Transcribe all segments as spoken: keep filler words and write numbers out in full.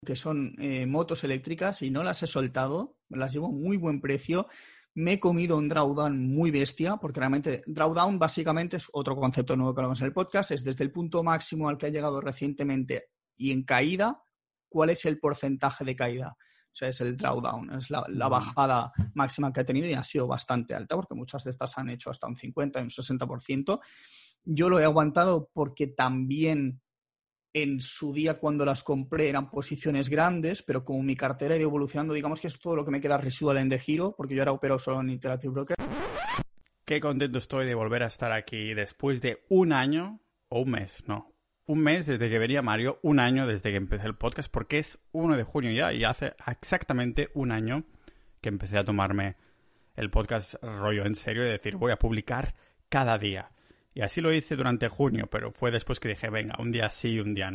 que son eh, motos eléctricas y no las he soltado, las llevo a muy buen precio. Me he comido un drawdown muy bestia, porque realmente drawdown básicamente es otro concepto nuevo que hablamos en el podcast, es desde el punto máximo al que ha llegado recientemente y en caída, ¿cuál es el porcentaje de caída? O sea, es el drawdown, es la, la bajada máxima que ha tenido y ha sido bastante alta, porque muchas de estas han hecho hasta un cincuenta y un sesenta por ciento. Yo lo he aguantado porque también en su día cuando las compré eran posiciones grandes, pero como mi cartera ha ido evolucionando, digamos que es todo lo que me queda residual en de giro, porque yo ahora opero solo en Interactive Broker. Qué contento estoy de volver a estar aquí después de un año, o un mes, no, un mes desde que venía Mario, un año desde que empecé el podcast, porque es uno de junio ya, y hace exactamente un año que empecé a tomarme el podcast rollo en serio, de decir, voy a publicar cada día. Y así lo hice durante junio, pero fue después que dije, venga, un día sí y un día no.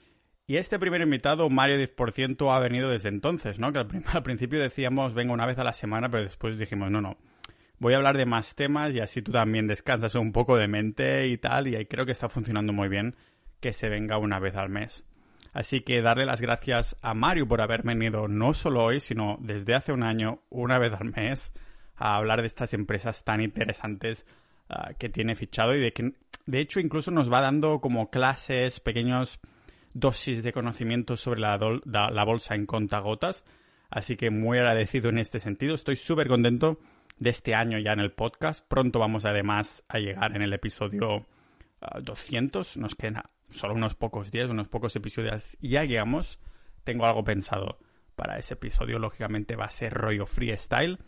Y este primer invitado, Mario diez por ciento, ha venido desde entonces, ¿no? Que al, al principio decíamos, venga una vez a la semana, pero después dijimos, no, no, voy a hablar de más temas y así tú también descansas un poco de mente y tal, y creo que está funcionando muy bien que se venga una vez al mes. Así que darle las gracias a Mario por haber venido no solo hoy, sino desde hace un año, una vez al mes, a hablar de estas empresas tan interesantes Uh, que tiene fichado y de que de hecho incluso nos va dando como clases, pequeños dosis de conocimiento sobre la, do- la, la bolsa en contagotas, así que muy agradecido en este sentido. Estoy súper contento de este año ya en el podcast. Pronto vamos además a llegar en el episodio uh, doscientos, nos quedan solo unos pocos días, unos pocos episodios y ya llegamos. Tengo algo pensado para ese episodio, lógicamente va a ser rollo freestyle.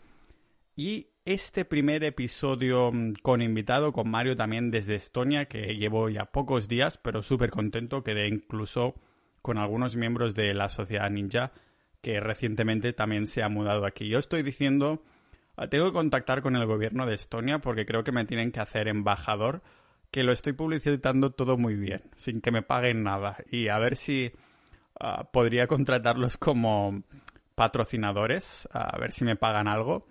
Y este primer episodio con invitado, con Mario también desde Estonia, que llevo ya pocos días, pero súper contento, quedé incluso con algunos miembros de la Sociedad Ninja, que recientemente también se ha mudado aquí. Yo estoy diciendo, tengo que contactar con el gobierno de Estonia porque creo que me tienen que hacer embajador, que lo estoy publicitando todo muy bien, sin que me paguen nada. Y a ver si uh, podría contratarlos como patrocinadores, a ver si me pagan algo.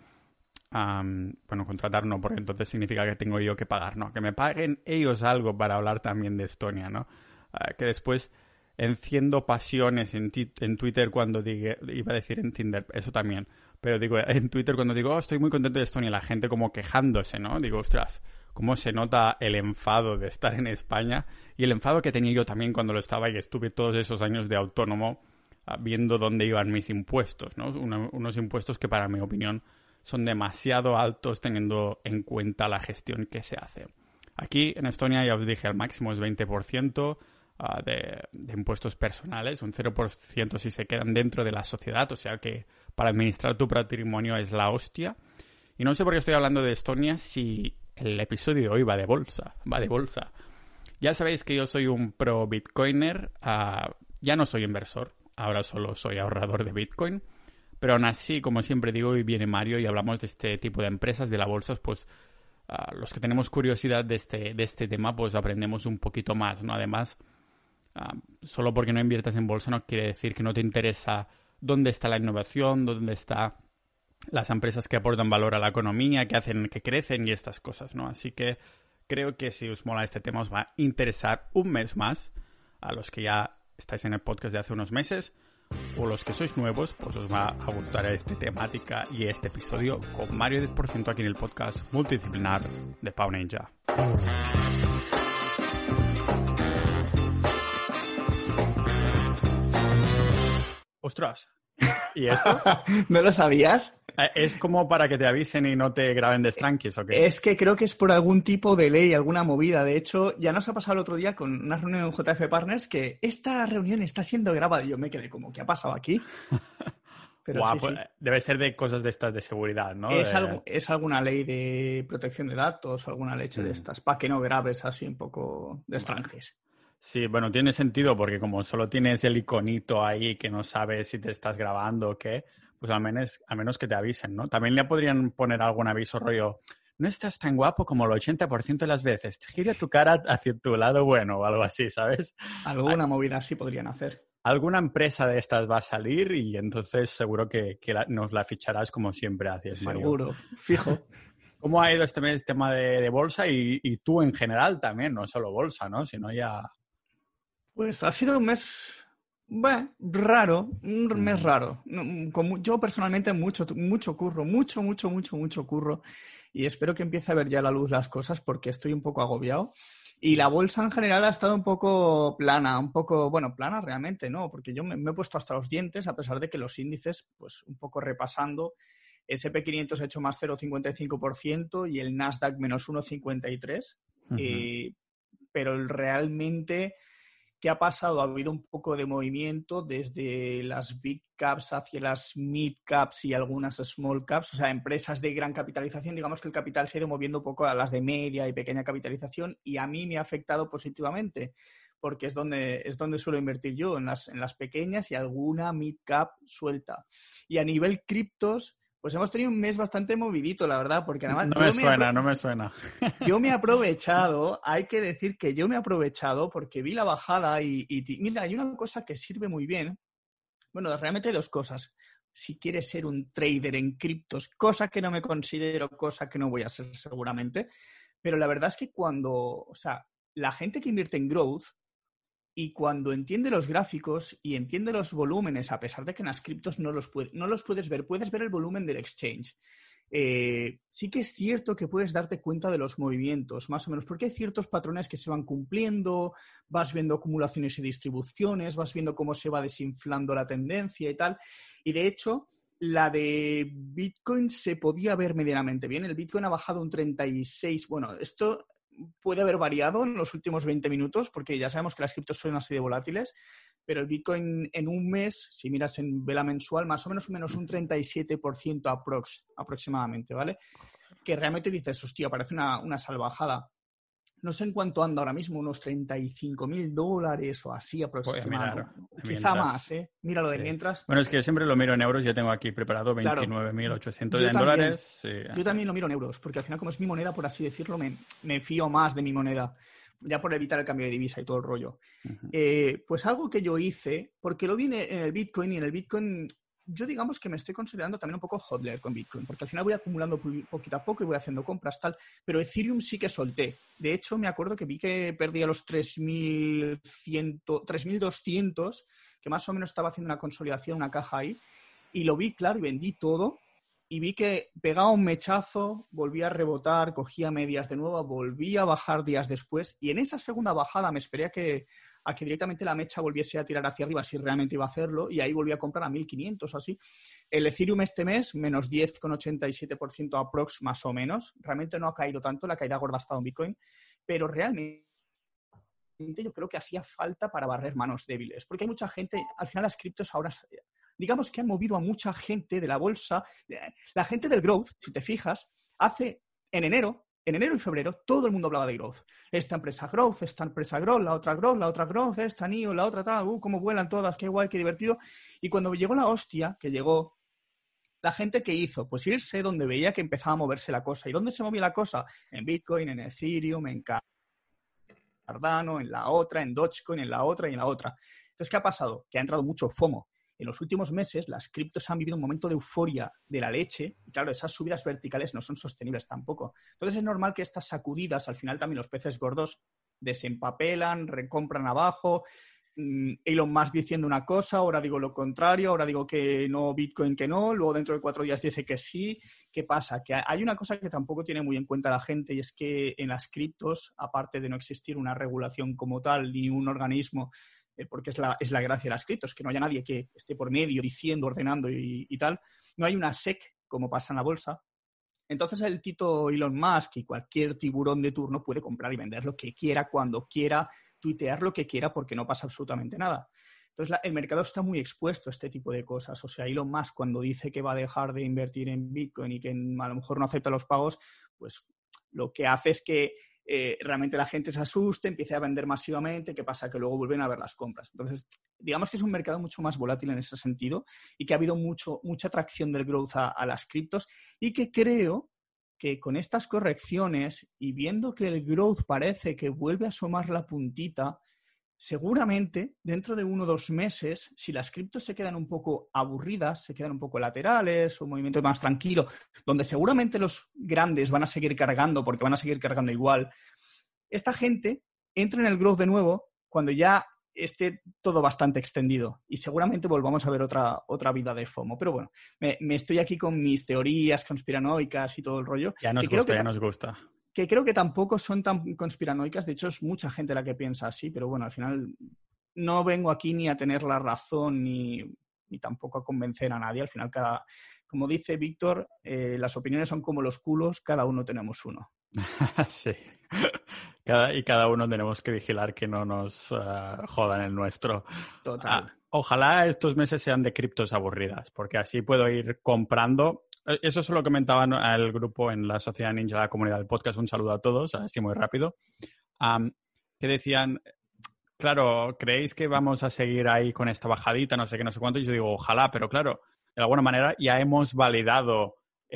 Um, bueno, contratar no, porque entonces significa que tengo yo que pagar, no, que me paguen ellos algo para hablar también de Estonia, ¿no? Uh, que después enciendo pasiones en, ti- en Twitter cuando diga, iba a decir en Tinder, eso también, pero digo en Twitter cuando digo, oh, estoy muy contento de Estonia, la gente como quejándose, ¿no? Digo, ostras, cómo se nota el enfado de estar en España y el enfado que tenía yo también cuando lo estaba y estuve todos esos años de autónomo uh, viendo dónde iban mis impuestos, ¿no? Una, unos impuestos que para mi opinión son demasiado altos teniendo en cuenta la gestión que se hace. Aquí en Estonia, ya os dije, el máximo es veinte por ciento uh, de, de impuestos personales, un cero por ciento si se quedan dentro de la sociedad, o sea que para administrar tu patrimonio es la hostia. Y no sé por qué estoy hablando de Estonia si el episodio de hoy va de bolsa, va de bolsa. Ya sabéis que yo soy un pro bitcoiner, uh, ya no soy inversor, ahora solo soy ahorrador de Bitcoin. Pero aún así, como siempre digo, y viene Mario y hablamos de este tipo de empresas, de la bolsa, pues uh, los que tenemos curiosidad de este, de este tema, pues aprendemos un poquito más, ¿no? Además, uh, solo porque no inviertas en bolsa no quiere decir que no te interesa dónde está la innovación, dónde están las empresas que aportan valor a la economía, que hacen que crecen y estas cosas, ¿no? Así que creo que si os mola este tema os va a interesar un mes más a los que ya estáis en el podcast de hace unos meses. O los que sois nuevos, pues os va a gustar esta temática y este episodio con Mario diez por ciento aquí en el podcast multidisciplinar de Pau Ninja. ¡Ostras! ¿Y esto? ¿No lo sabías? ¿Es como para que te avisen y no te graben de tranquis o qué? Es que creo que es por algún tipo de ley, alguna movida. De hecho, ya nos ha pasado el otro día con una reunión en J F Partners que esta reunión está siendo grabada. Y yo me quedé como, ¿qué ha pasado aquí? Pero Guau, sí, pues, sí. Debe ser de cosas de estas de seguridad, ¿no? Es, De... algo, es alguna ley de protección de datos o alguna leche mm. de estas, para que no grabes así un poco de extranjes. Sí, bueno, tiene sentido porque como solo tienes el iconito ahí que no sabes si te estás grabando o qué, pues al menos, al menos que te avisen, ¿no? También le podrían poner algún aviso rollo, no estás tan guapo como el ochenta por ciento de las veces, gira tu cara hacia tu lado bueno o algo así, ¿sabes? Alguna movida así podrían hacer. Alguna empresa de estas va a salir y entonces seguro que, que la, nos la ficharás como siempre haces, Mario. Seguro, fijo. ¿Cómo ha ido este mes el tema de, de bolsa y, y tú en general también? No solo bolsa, ¿no? Sino ya... Pues ha sido un mes Bueno, raro, un mes raro. Como yo personalmente mucho, mucho curro, mucho, mucho, mucho, mucho curro. Y espero que empiece a ver ya la luz las cosas porque estoy un poco agobiado. Y la bolsa en general ha estado un poco plana, un poco, bueno, plana realmente, ¿no? Porque yo me, me he puesto hasta los dientes a pesar de que los índices, pues un poco repasando, ese ese pe quinientos ha hecho más cero coma cincuenta y cinco por ciento y el Nasdaq menos uno coma cincuenta y tres por ciento. Uh-huh. eh, pero realmente... ¿Qué ha pasado? Ha habido un poco de movimiento desde las big caps hacia las mid caps y algunas small caps, o sea, empresas de gran capitalización. Digamos que el capital se ha ido moviendo un poco a las de media y pequeña capitalización y a mí me ha afectado positivamente porque es donde, es donde suelo invertir yo, en las, en las pequeñas y alguna mid cap suelta. Y a nivel criptos, pues hemos tenido un mes bastante movidito, la verdad, porque además... No me suena, no me suena. Yo me he aprovechado, hay que decir que yo me he aprovechado porque vi la bajada y, y... Mira, hay una cosa que sirve muy bien. Bueno, realmente hay dos cosas. Si quieres ser un trader en criptos, cosa que no me considero, cosa que no voy a ser seguramente, pero la verdad es que cuando... O sea, la gente que invierte en growth... Y cuando entiende los gráficos y entiende los volúmenes, a pesar de que en las criptos no los, puede, no los puedes ver, puedes ver el volumen del exchange. Eh, sí que es cierto que puedes darte cuenta de los movimientos, más o menos, porque hay ciertos patrones que se van cumpliendo, vas viendo acumulaciones y distribuciones, vas viendo cómo se va desinflando la tendencia y tal. Y de hecho, la de Bitcoin se podía ver medianamente bien. El Bitcoin ha bajado un treinta y seis. Bueno, esto... puede haber variado en los últimos veinte minutos, porque ya sabemos que las criptos son así de volátiles, pero el Bitcoin en un mes, si miras en vela mensual, más o menos menos un treinta y siete por ciento aprox, aproximadamente, ¿vale? Que realmente dices, hostia, parece una, una salvajada. No sé en cuánto anda ahora mismo, unos treinta y cinco mil dólares o así aproximadamente. Quizá mientras, más, ¿eh? Míralo de sí. Mientras. Bueno, es que siempre lo miro en euros, yo tengo aquí preparado veintinueve mil ochocientos claro. en dólares. Sí. Yo también lo miro en euros, porque al final como es mi moneda, por así decirlo, me, me fío más de mi moneda, ya por evitar el cambio de divisa y todo el rollo. Uh-huh. Eh, pues algo que yo hice, porque lo vi en el Bitcoin y en el Bitcoin... Yo digamos que me estoy considerando también un poco hodler con Bitcoin, porque al final voy acumulando poquito a poco y voy haciendo compras, tal, pero Ethereum sí que solté. De hecho, me acuerdo que vi que perdía los tres mil doscientos, que más o menos estaba haciendo una consolidación, una caja ahí, y lo vi, claro, y vendí todo, y vi que pegaba un mechazo, volvía a rebotar, cogía medias de nuevo, volvía a bajar días después, y en esa segunda bajada me esperé a que... a que directamente la mecha volviese a tirar hacia arriba si realmente iba a hacerlo y ahí volví a comprar a mil quinientos así. El Ethereum este mes, menos diez coma ochenta y siete por ciento aprox más o menos. Realmente no ha caído tanto, la caída gorda ha estado en Bitcoin, pero realmente yo creo que hacía falta para barrer manos débiles, porque hay mucha gente, al final las criptos ahora, digamos que han movido a mucha gente de la bolsa. La gente del growth, si te fijas, hace en enero, En enero y febrero todo el mundo hablaba de growth. Esta empresa growth, esta empresa growth, la otra growth, la otra growth, esta N I O, la otra tal, uh, cómo vuelan todas, qué guay, qué divertido. Y cuando llegó la hostia, que llegó, la gente ¿qué hizo? Pues irse donde veía que empezaba a moverse la cosa. ¿Y dónde se movía la cosa? En Bitcoin, en Ethereum, en Cardano, en la otra, en Dogecoin, en la otra y en la otra. Entonces, ¿qué ha pasado? Que ha entrado mucho FOMO. En los últimos meses, las criptos han vivido un momento de euforia de la leche. Y claro, esas subidas verticales no son sostenibles tampoco. Entonces, es normal que estas sacudidas, al final también los peces gordos desempapelan, recompran abajo. Elon Musk diciendo una cosa, ahora digo lo contrario, ahora digo que no, Bitcoin que no, luego dentro de cuatro días dice que sí. ¿Qué pasa? Que hay una cosa que tampoco tiene muy en cuenta la gente y es que en las criptos, aparte de no existir una regulación como tal ni un organismo, porque es la, es la gracia de las criptos, que no haya nadie que esté por medio diciendo, ordenando y, y tal. No hay una S E C como pasa en la bolsa. Entonces el tito Elon Musk y cualquier tiburón de turno puede comprar y vender lo que quiera, cuando quiera, tuitear lo que quiera porque no pasa absolutamente nada. Entonces la, el mercado está muy expuesto a este tipo de cosas. O sea, Elon Musk cuando dice que va a dejar de invertir en Bitcoin y que a lo mejor no acepta los pagos, pues lo que hace es que Eh, realmente la gente se asuste, empiece a vender masivamente, ¿qué pasa? Que luego vuelven a ver las compras. Entonces, digamos que es un mercado mucho más volátil en ese sentido y que ha habido mucho, mucha atracción del growth a, a las criptos y que creo que con estas correcciones y viendo que el growth parece que vuelve a asomar la puntita, seguramente dentro de uno o dos meses, si las criptos se quedan un poco aburridas, se quedan un poco laterales, un movimiento más tranquilo, donde seguramente los grandes van a seguir cargando porque van a seguir cargando igual, esta gente entra en el growth de nuevo cuando ya esté todo bastante extendido y seguramente volvamos a ver otra, otra vida de FOMO. Pero bueno, me, me estoy aquí con mis teorías conspiranoicas y todo el rollo. Ya nos que creo gusta, que ya nos gusta. Que creo que tampoco son tan conspiranoicas. De hecho, es mucha gente la que piensa así, pero bueno, al final no vengo aquí ni a tener la razón ni, ni tampoco a convencer a nadie. Al final, cada, como dice Víctor, eh, las opiniones son como los culos, cada uno tenemos uno. Sí. Cada, y cada uno tenemos que vigilar que no nos uh, jodan el nuestro. Total. Ah, ojalá estos meses sean de criptos aburridas, porque así puedo ir comprando. Eso se lo comentaban al grupo en la Sociedad Ninja, la comunidad del podcast. Un saludo a todos, así muy rápido. Um, que decían, claro, ¿creéis que vamos a seguir ahí con esta bajadita, no sé qué, no sé cuánto? Y yo digo, ojalá, pero claro, de alguna manera ya hemos validado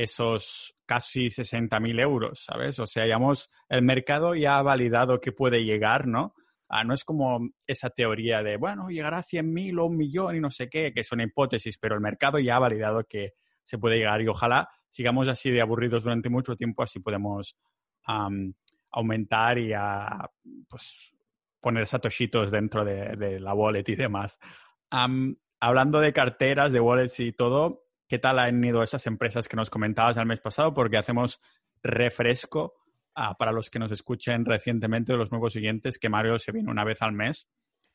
esos casi sesenta mil euros, ¿sabes? O sea, ya hemos, el mercado ya ha validado que puede llegar, ¿no? Ah, no es como esa teoría de, bueno, llegará a cien mil o un millón y no sé qué, que es una hipótesis, pero el mercado ya ha validado que se puede llegar y ojalá sigamos así de aburridos durante mucho tiempo, así podemos um, aumentar y a, pues, poner satoshitos dentro de, de la wallet y demás. Um, hablando de carteras, de wallets y todo, ¿qué tal han ido esas empresas que nos comentabas el mes pasado? Porque hacemos refresco uh, para los que nos escuchen recientemente, los nuevos oyentes, que Mario se viene una vez al mes.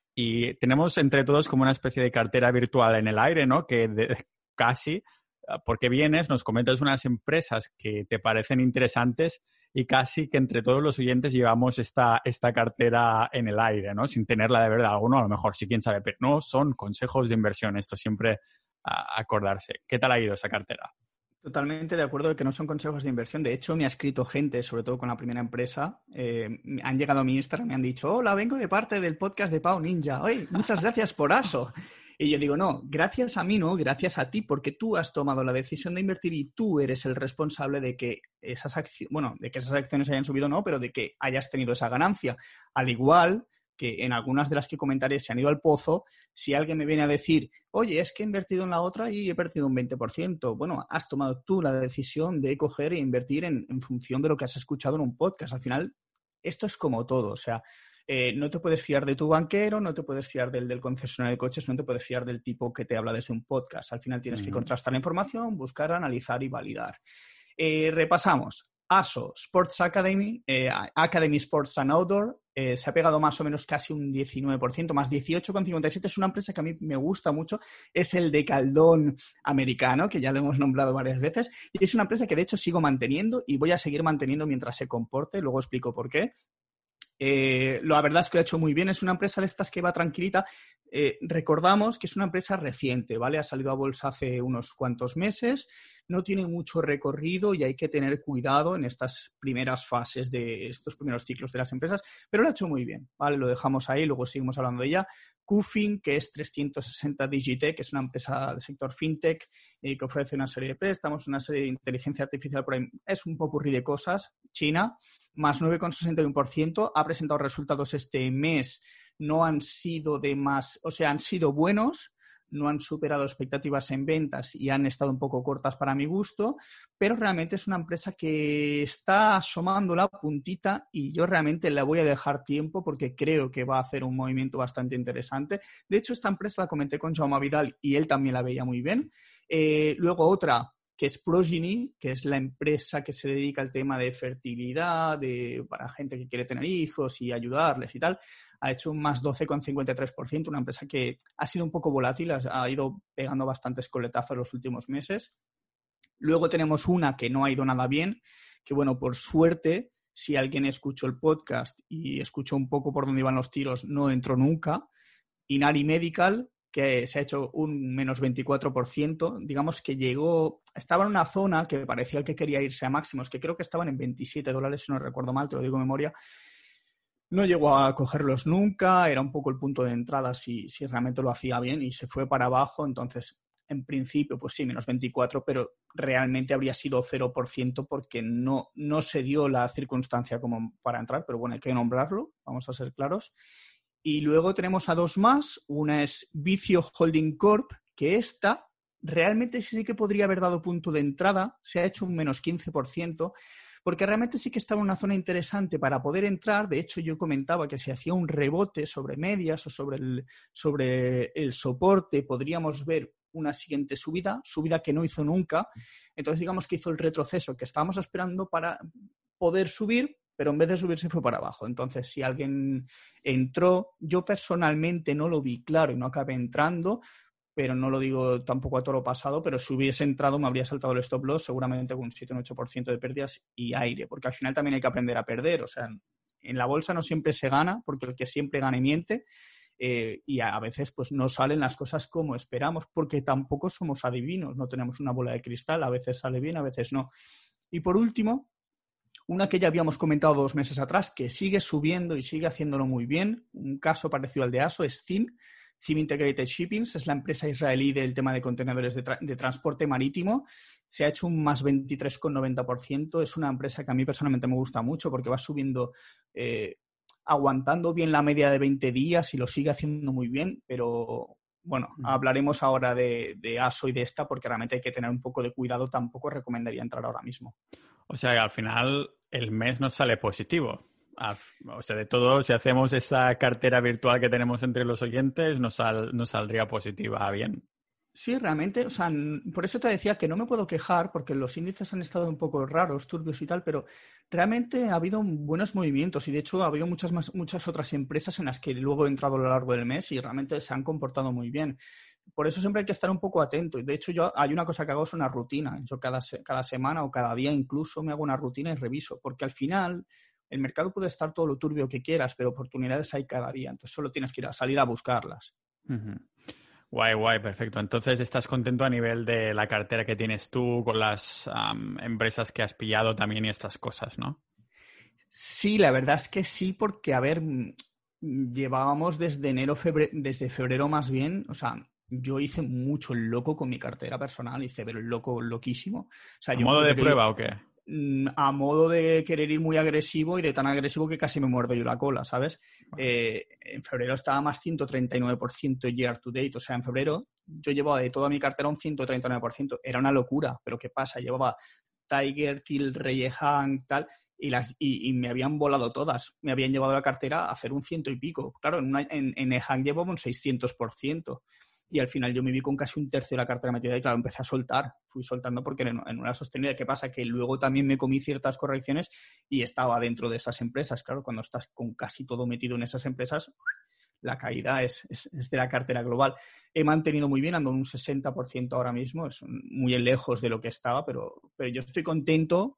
Y tenemos entre todos como una especie de cartera virtual en el aire, ¿no? Que de, casi, uh, porque vienes, nos comentas unas empresas que te parecen interesantes y casi que entre todos los oyentes llevamos esta, esta cartera en el aire, ¿no? Sin tenerla de verdad. Alguno a lo mejor sí, quién sabe, pero no son consejos de inversión. Esto siempre a acordarse. ¿Qué tal ha ido esa cartera? Totalmente de acuerdo de que no son consejos de inversión. De hecho, me ha escrito gente, sobre todo con la primera empresa. Eh, han llegado a mi Instagram y me han dicho, hola, vengo de parte del podcast de Pau Ninja. Oye, muchas gracias por eso. Y yo digo, no, gracias a mí no, gracias a ti, porque tú has tomado la decisión de invertir y tú eres el responsable de que esas acciones, bueno, de que esas acciones hayan subido o no, pero de que hayas tenido esa ganancia. Al igual que en algunas de las que comentaré se han ido al pozo, si alguien me viene a decir, oye, es que he invertido en la otra y he perdido un veinte por ciento. Bueno, has tomado tú la decisión de coger e invertir en, en función de lo que has escuchado en un podcast. Al final, esto es como todo, o sea, eh, no te puedes fiar de tu banquero, no te puedes fiar del, del concesionario de coches, no te puedes fiar del tipo que te habla desde un podcast. Al final tienes uh-huh. que contrastar la información, buscar, analizar y validar. Eh, repasamos. A S O, Sports Academy, eh, Academy Sports and Outdoor, eh, se ha pegado más o menos casi un diecinueve por ciento, más dieciocho coma cincuenta y siete por ciento. Es una empresa que a mí me gusta mucho, es el Decathlon americano, que ya lo hemos nombrado varias veces, y es una empresa que de hecho sigo manteniendo y voy a seguir manteniendo mientras se comporte, luego explico por qué. Eh, la verdad es que lo ha hecho muy bien, es una empresa de estas que va tranquilita. Eh, recordamos que es una empresa reciente, ¿vale? Ha salido a bolsa hace unos cuantos meses, no tiene mucho recorrido y hay que tener cuidado en estas primeras fases de estos primeros ciclos de las empresas, pero lo ha hecho muy bien, ¿vale? Lo dejamos ahí, luego seguimos hablando de ella. Qfin, que es trescientos sesenta Digitech, que es una empresa del sector fintech eh, que ofrece una serie de préstamos, una serie de inteligencia artificial, por ahí es un popurrí de cosas. China, más nueve coma sesenta y uno por ciento, ha presentado resultados este mes, no han sido de más, o sea, han sido buenos, no han superado expectativas en ventas y han estado un poco cortas para mi gusto, pero realmente es una empresa que está asomando la puntita y yo realmente le voy a dejar tiempo porque creo que va a hacer un movimiento bastante interesante. De hecho, esta empresa la comenté con Jaume Vidal y él también la veía muy bien. Eh, luego otra, que es Progeny, que es la empresa que se dedica al tema de fertilidad, de, para gente que quiere tener hijos y ayudarles y tal, ha hecho un más doce coma cincuenta y tres por ciento, una empresa que ha sido un poco volátil, ha ido pegando bastantes coletazos en los últimos meses. Luego tenemos una que no ha ido nada bien, que bueno, por suerte, si alguien escuchó el podcast y escuchó un poco por dónde iban los tiros, no entró nunca. Inari Medical, que se ha hecho un menos veinticuatro por ciento, digamos que llegó, estaba en una zona que parecía que quería irse a máximos, que creo que estaban en veintisiete dólares, si no recuerdo mal, te lo digo de memoria. No llegó a cogerlos nunca, era un poco el punto de entrada si, si realmente lo hacía bien y se fue para abajo, entonces en principio pues sí, menos veinticuatro, pero realmente habría sido cero por ciento porque no, no se dio la circunstancia como para entrar, pero bueno, hay que nombrarlo, vamos a ser claros. Y luego tenemos a dos más, una es Vicio Holding Corp, que esta realmente sí que podría haber dado punto de entrada, se ha hecho un menos quince por ciento, porque realmente sí que estaba en una zona interesante para poder entrar. De hecho, yo comentaba que si hacía un rebote sobre medias o sobre el, sobre el soporte, podríamos ver una siguiente subida, subida que no hizo nunca. Entonces, digamos que hizo el retroceso que estábamos esperando para poder subir, pero en vez de subir se fue para abajo. Entonces, si alguien entró, yo personalmente no lo vi claro y no acabé entrando, pero no lo digo tampoco a toro pasado, pero si hubiese entrado me habría saltado el stop loss seguramente con un siete o un ocho por ciento de pérdidas y aire, porque al final también hay que aprender a perder. O sea, en la bolsa no siempre se gana, porque el que siempre gana miente, eh, y a veces pues no salen las cosas como esperamos, porque tampoco somos adivinos, no tenemos una bola de cristal, a veces sale bien, a veces no. Y por último, una que ya habíamos comentado dos meses atrás, que sigue subiendo y sigue haciéndolo muy bien, un caso parecido al de A S O, es C I M. C I M Integrated Shipping es la empresa israelí del tema de contenedores de, tra- de transporte marítimo. Se ha hecho un más veintitrés coma noventa por ciento. Es una empresa que a mí personalmente me gusta mucho porque va subiendo, eh, aguantando bien la media de veinte días y lo sigue haciendo muy bien, pero bueno, uh-huh. hablaremos ahora de, de A S O y de esta porque realmente hay que tener un poco de cuidado. Tampoco recomendaría entrar ahora mismo. O sea que al final el mes nos sale positivo. O sea, de todo, si hacemos esa cartera virtual que tenemos entre los oyentes, nos, sal, nos saldría positiva bien. Sí, realmente, o sea, por eso te decía que no me puedo quejar porque los índices han estado un poco raros, turbios y tal, pero realmente ha habido buenos movimientos y de hecho ha habido muchas, más, muchas otras empresas en las que luego he entrado a lo largo del mes y realmente se han comportado muy bien. Por eso siempre hay que estar un poco atento. De hecho, yo hay una cosa que hago, es una rutina. Yo cada, cada semana o cada día incluso me hago una rutina y reviso, porque al final el mercado puede estar todo lo turbio que quieras, pero oportunidades hay cada día. Entonces solo tienes que ir a salir a buscarlas. Uh-huh. Guay, guay, perfecto. Entonces, ¿estás contento a nivel de la cartera que tienes tú con las um, empresas que has pillado también y estas cosas, no? Sí, la verdad es que sí, porque, a ver, llevábamos desde enero, febrero, desde febrero más bien, o sea, yo hice mucho el loco con mi cartera personal, hice pero el loco loquísimo. O sea, ¿A yo modo de prueba ir, o qué? A modo de querer ir muy agresivo y de tan agresivo que casi me muerdo yo la cola, ¿sabes? Wow. Eh, en febrero estaba más ciento treinta y nueve por ciento year to date, o sea, en febrero yo llevaba de toda mi cartera un ciento treinta y nueve por ciento. Era una locura, pero ¿qué pasa? Llevaba Tiger, Tilray, Hank, tal, y, las, y, y me habían volado todas. Me habían llevado la cartera a hacer un ciento y pico. Claro, en, una, en, en Hank llevaba un seiscientos por ciento. Y al final yo me vi con casi un tercio de la cartera metida y claro, empecé a soltar. Fui soltando porque en, en una sostenida. ¿Qué pasa? Que luego también me comí ciertas correcciones y estaba dentro de esas empresas. Claro, cuando estás con casi todo metido en esas empresas, la caída es, es, es de la cartera global. He mantenido muy bien, ando en un sesenta por ciento ahora mismo. Es muy lejos de lo que estaba, pero, pero yo estoy contento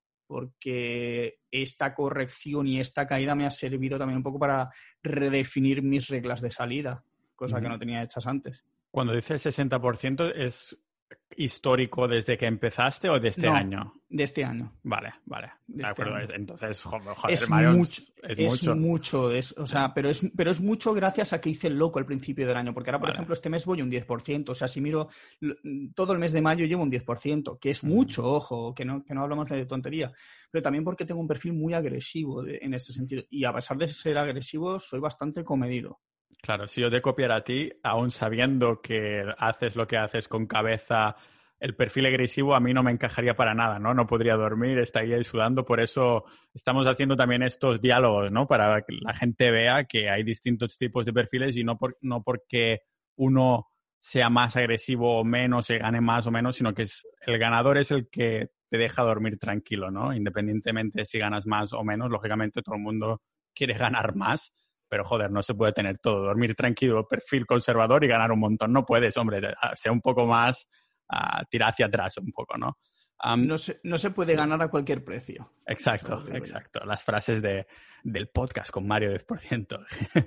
porque esta corrección y esta caída me ha servido también un poco para redefinir mis reglas de salida, cosa mm. que no tenía hechas antes. Cuando dices sesenta por ciento, ¿es histórico desde que empezaste o de este no, año? De este año. Vale, vale. De de este acuerdo. año. Entonces, joder, es, Marion, mucho, es, es mucho. mucho. Es, o sea, pero es, pero es mucho gracias a que hice el loco al principio del año. Porque ahora, por vale. ejemplo, este mes voy un diez por ciento. O sea, si miro todo el mes de mayo llevo un diez por ciento, que es mucho, mm. ojo, que no, que no hablamos de tontería. Pero también porque tengo un perfil muy agresivo de, en ese sentido. Y a pesar de ser agresivo, soy bastante comedido. Claro, si yo te copiara a ti, aún sabiendo que haces lo que haces con cabeza, el perfil agresivo a mí no me encajaría para nada, ¿no? No podría dormir, estaría ahí sudando. Por eso estamos haciendo también estos diálogos, ¿no? Para que la gente vea que hay distintos tipos de perfiles y no, por, no porque uno sea más agresivo o menos, se gane más o menos, sino que es, el ganador es el que te deja dormir tranquilo, ¿no? Independientemente si ganas más o menos, lógicamente todo el mundo quiere ganar más. Pero, joder, no se puede tener todo. Dormir tranquilo, perfil conservador y ganar un montón. No puedes, hombre. Sea un poco más... Uh, tirar hacia atrás un poco, ¿no? Um, no, se, no se puede sí. ganar a cualquier precio. Exacto, exacto. Las frases de, del podcast con Mario diez por ciento.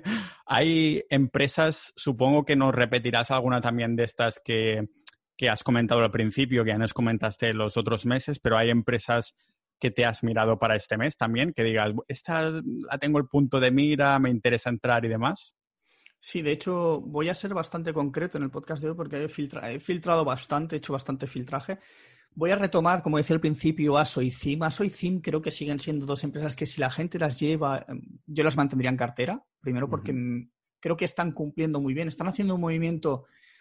Hay empresas, supongo que nos repetirás alguna también de estas que, que has comentado al principio, que ya nos comentaste los otros meses, pero hay empresas que te has mirado para este mes también, que digas, esta la tengo el punto de mira, me interesa entrar y demás. Sí, de hecho voy a ser bastante concreto en el podcast de hoy porque he, filtra- he filtrado bastante, he hecho bastante filtraje. Voy a retomar, como decía al principio, A S O y C I M. A S O y C I M creo que siguen siendo dos empresas que si la gente las lleva, yo las mantendría en cartera. Primero porque uh-huh. creo que están cumpliendo muy bien, están haciendo un movimiento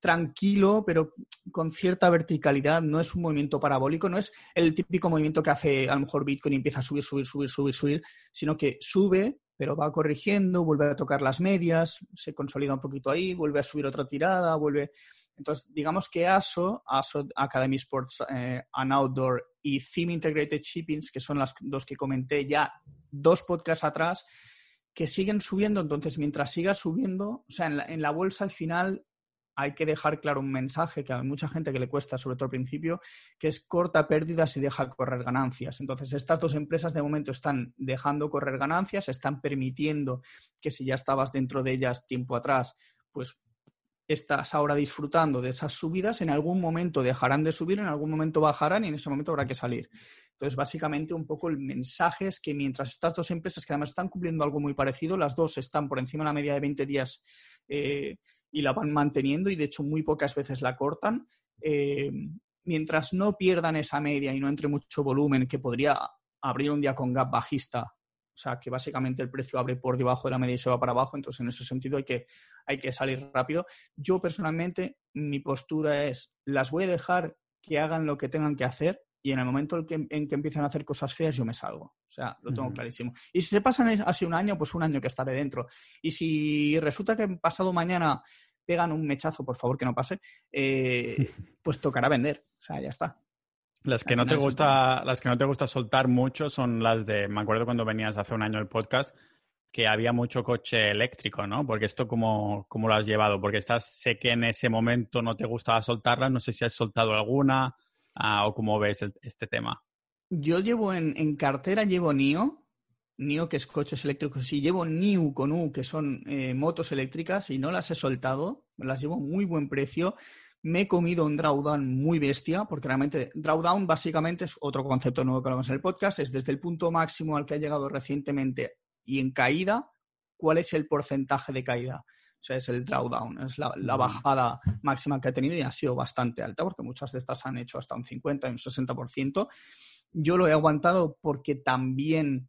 tranquilo, pero con cierta verticalidad. No es un movimiento parabólico, no es el típico movimiento que hace a lo mejor Bitcoin y empieza a subir, subir, subir, subir, subir, sino que sube, pero va corrigiendo, vuelve a tocar las medias, se consolida un poquito ahí, vuelve a subir otra tirada, vuelve... Entonces, digamos que A S O, A S O Academy Sports eh, and Outdoor y Theme Integrated Shippings, que son las dos que comenté ya dos podcasts atrás, que siguen subiendo. Entonces, mientras siga subiendo, o sea, en la, en la bolsa al final hay que dejar claro un mensaje que a mucha gente que le cuesta, sobre todo al principio, que es corta pérdidas y deja correr ganancias. Entonces, estas dos empresas de momento están dejando correr ganancias, están permitiendo que si ya estabas dentro de ellas tiempo atrás, pues estás ahora disfrutando de esas subidas, en algún momento dejarán de subir, en algún momento bajarán y en ese momento habrá que salir. Entonces, básicamente, un poco el mensaje es que mientras estas dos empresas, que además están cumpliendo algo muy parecido, las dos están por encima de la media de veinte días eh, y la van manteniendo y, de hecho, muy pocas veces la cortan. Eh, mientras no pierdan esa media y no entre mucho volumen, que podría abrir un día con gap bajista, o sea, que básicamente el precio abre por debajo de la media y se va para abajo. Entonces, en ese sentido hay que, hay que salir rápido. Yo, personalmente, mi postura es, las voy a dejar que hagan lo que tengan que hacer y en el momento en que, en que empiecen a hacer cosas feas, yo me salgo. O sea, lo tengo uh-huh. clarísimo. Y si se pasan así un año, pues un año que estaré dentro. Y si resulta que pasado mañana pegan un mechazo, por favor que no pase, eh, pues tocará vender. O sea, ya está. Las que no te gusta, las que no te gusta soltar mucho son las de, me acuerdo cuando venías hace un año el podcast, que había mucho coche eléctrico, ¿no? Porque esto, ¿cómo, cómo lo has llevado? Porque estás, sé que en ese momento no te gustaba soltarlas, no sé si has soltado alguna uh, o cómo ves el, este tema. Yo llevo en, en cartera, llevo NIO, NIO que es coches eléctricos, y llevo NIU con U, que son eh, motos eléctricas, y no las he soltado, las llevo a muy buen precio. Me he comido un drawdown muy bestia, porque realmente drawdown básicamente es otro concepto nuevo que hablamos en el podcast, es desde el punto máximo al que ha llegado recientemente y en caída, ¿cuál es el porcentaje de caída? O sea, es el drawdown, es la, la bajada máxima que ha tenido y ha sido bastante alta, porque muchas de estas han hecho hasta un cincuenta y un sesenta por ciento. Yo lo he aguantado porque también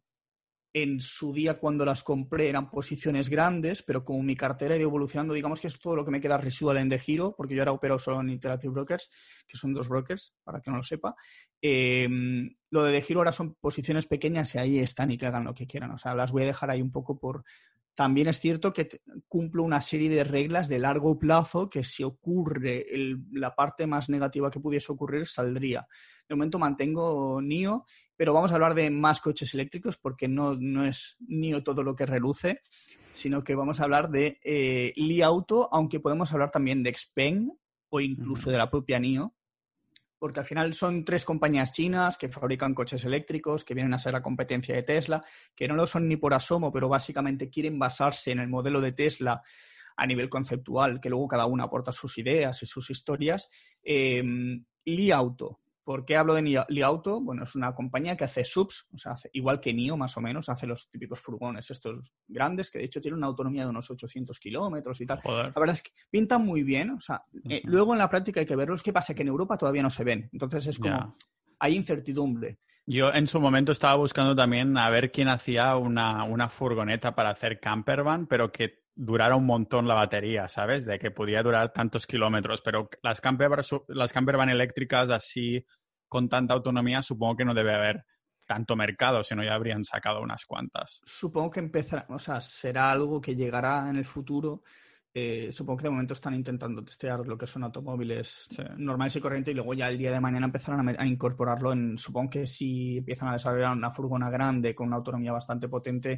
en su día cuando las compré eran posiciones grandes, pero como mi cartera ha ido evolucionando, digamos que es todo lo que me queda residual en DeGiro, porque yo ahora opero solo en Interactive Brokers, que son dos brokers, para que no lo sepa. Eh, lo de DeGiro ahora son posiciones pequeñas y ahí están y que hagan lo que quieran. O sea, las voy a dejar ahí un poco por... También es cierto que cumplo una serie de reglas de largo plazo que si ocurre el, la parte más negativa que pudiese ocurrir, saldría. De momento mantengo NIO, pero vamos a hablar de más coches eléctricos porque no, no es NIO todo lo que reluce, sino que vamos a hablar de eh, Li Auto, aunque podemos hablar también de Xpeng o incluso de la propia NIO, porque al final son tres compañías chinas que fabrican coches eléctricos, que vienen a ser la competencia de Tesla, que no lo son ni por asomo, pero básicamente quieren basarse en el modelo de Tesla a nivel conceptual, que luego cada uno aporta sus ideas y sus historias. Eh, Li Auto. ¿Por qué hablo de Li Auto? Bueno, es una compañía que hace subs, o sea, hace, igual que NIO más o menos, hace los típicos furgones estos grandes, que de hecho tienen una autonomía de unos ochocientos kilómetros y tal. Joder. La verdad es que pintan muy bien, o sea, eh, uh-huh. luego en la práctica hay que verlos. ¿Qué pasa? Que en Europa todavía no se ven, entonces es como, yeah. hay incertidumbre. Yo en su momento estaba buscando también a ver quién hacía una, una furgoneta para hacer campervan, pero que durara un montón la batería, ¿sabes? De que podía durar tantos kilómetros, pero las campervan, las campervan eléctricas así con tanta autonomía supongo que no debe haber tanto mercado, si no ya habrían sacado unas cuantas. Supongo que empezará, o sea, será algo que llegará en el futuro. Eh, supongo que de momento están intentando testear lo que son automóviles sí. normales y corrientes y luego ya el día de mañana empezarán a, a incorporarlo en, supongo que si empiezan a desarrollar una furgona grande con una autonomía bastante potente,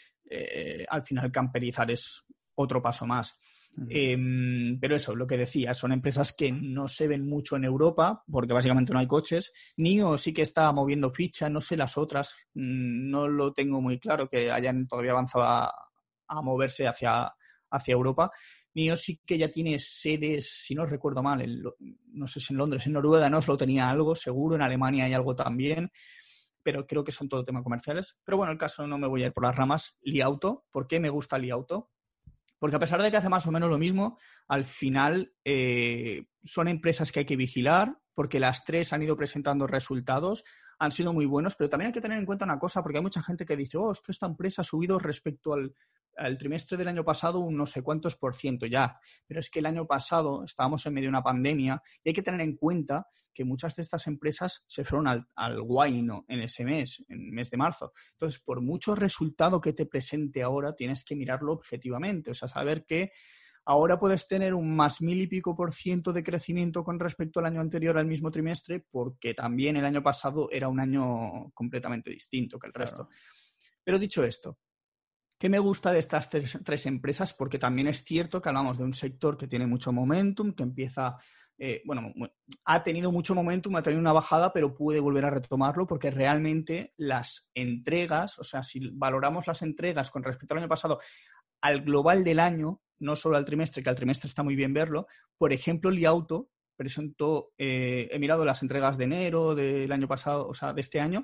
eh, al final camperizar es otro paso más. Uh-huh. Eh, pero eso, lo que decía, son empresas que no se ven mucho en Europa porque básicamente no hay coches. NIO sí que está moviendo ficha, no sé las otras, no lo tengo muy claro que hayan todavía avanzado a, a moverse hacia, hacia Europa. NIO sí que ya tiene sedes, si no recuerdo mal, en, no sé si en Londres, en Noruega no, lo tenía algo, seguro, en Alemania hay algo también, pero creo que son todo temas comerciales. Pero bueno, el caso no me voy a ir por las ramas. Li Auto, ¿por qué me gusta Li Auto? Porque a pesar de que hace más o menos lo mismo, al final eh, son empresas que hay que vigilar porque las tres han ido presentando resultados, han sido muy buenos, pero también hay que tener en cuenta una cosa porque hay mucha gente que dice, oh, es que esta empresa ha subido respecto al el trimestre del año pasado un no sé cuántos por ciento ya, pero es que el año pasado estábamos en medio de una pandemia y hay que tener en cuenta que muchas de estas empresas se fueron al, al guayno en ese mes, en el mes de marzo. Entonces, por mucho resultado que te presente ahora, tienes que mirarlo objetivamente, o sea, saber que ahora puedes tener un más mil y pico por ciento de crecimiento con respecto al año anterior al mismo trimestre, porque también el año pasado era un año completamente distinto que el resto. Claro. Pero dicho esto, ¿qué me gusta de estas tres, tres empresas? Porque también es cierto que hablamos de un sector que tiene mucho momentum, que empieza, eh, bueno, ha tenido mucho momentum, ha tenido una bajada, pero puede volver a retomarlo porque realmente las entregas, o sea, si valoramos las entregas con respecto al año pasado, al global del año, no solo al trimestre, que al trimestre está muy bien verlo, por ejemplo, Li Auto presentó, eh, he mirado las entregas de enero del año pasado, o sea, de este año,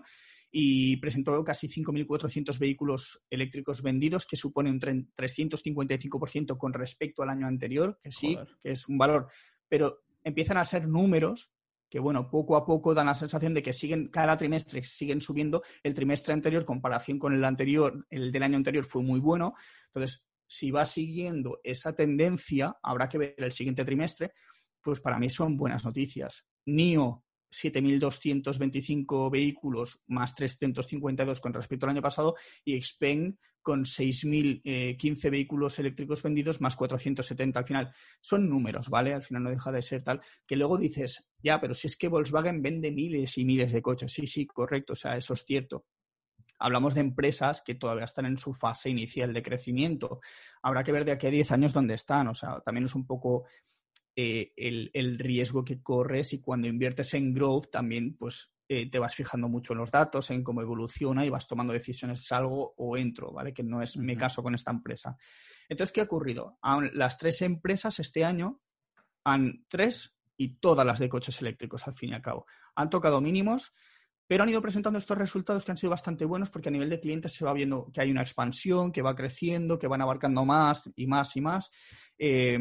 y presentó casi cinco mil cuatrocientos vehículos eléctricos vendidos, que supone un trescientos cincuenta y cinco por ciento con respecto al año anterior, que sí, Joder. que es un valor, pero empiezan a ser números que, bueno, poco a poco dan la sensación de que siguen, cada trimestre siguen subiendo. El trimestre anterior, en comparación con el anterior, el del año anterior fue muy bueno. Entonces, si va siguiendo esa tendencia, habrá que ver el siguiente trimestre, pues para mí son buenas noticias. NIO, siete mil doscientos veinticinco vehículos más trescientos cincuenta y dos con respecto al año pasado, y Xpeng con seis mil quince vehículos eléctricos vendidos más cuatrocientos setenta. Al final son números, ¿vale? Al final no deja de ser tal, que luego dices, ya, pero si es que Volkswagen vende miles y miles de coches. Sí, sí, correcto, o sea, eso es cierto. Hablamos de empresas que todavía están en su fase inicial de crecimiento. Habrá que ver de aquí a diez años dónde están, o sea, también es un poco... Eh, el, el riesgo que corres, y cuando inviertes en growth también pues eh, te vas fijando mucho en los datos, en cómo evoluciona y vas tomando decisiones, salgo o entro, ¿vale? Que no es uh-huh. mi caso con esta empresa. Entonces, ¿qué ha ocurrido? Las tres empresas este año han, tres y todas las de coches eléctricos al fin y al cabo, han tocado mínimos, pero han ido presentando estos resultados que han sido bastante buenos porque a nivel de clientes se va viendo que hay una expansión, que va creciendo, que van abarcando más y más y más. Eh,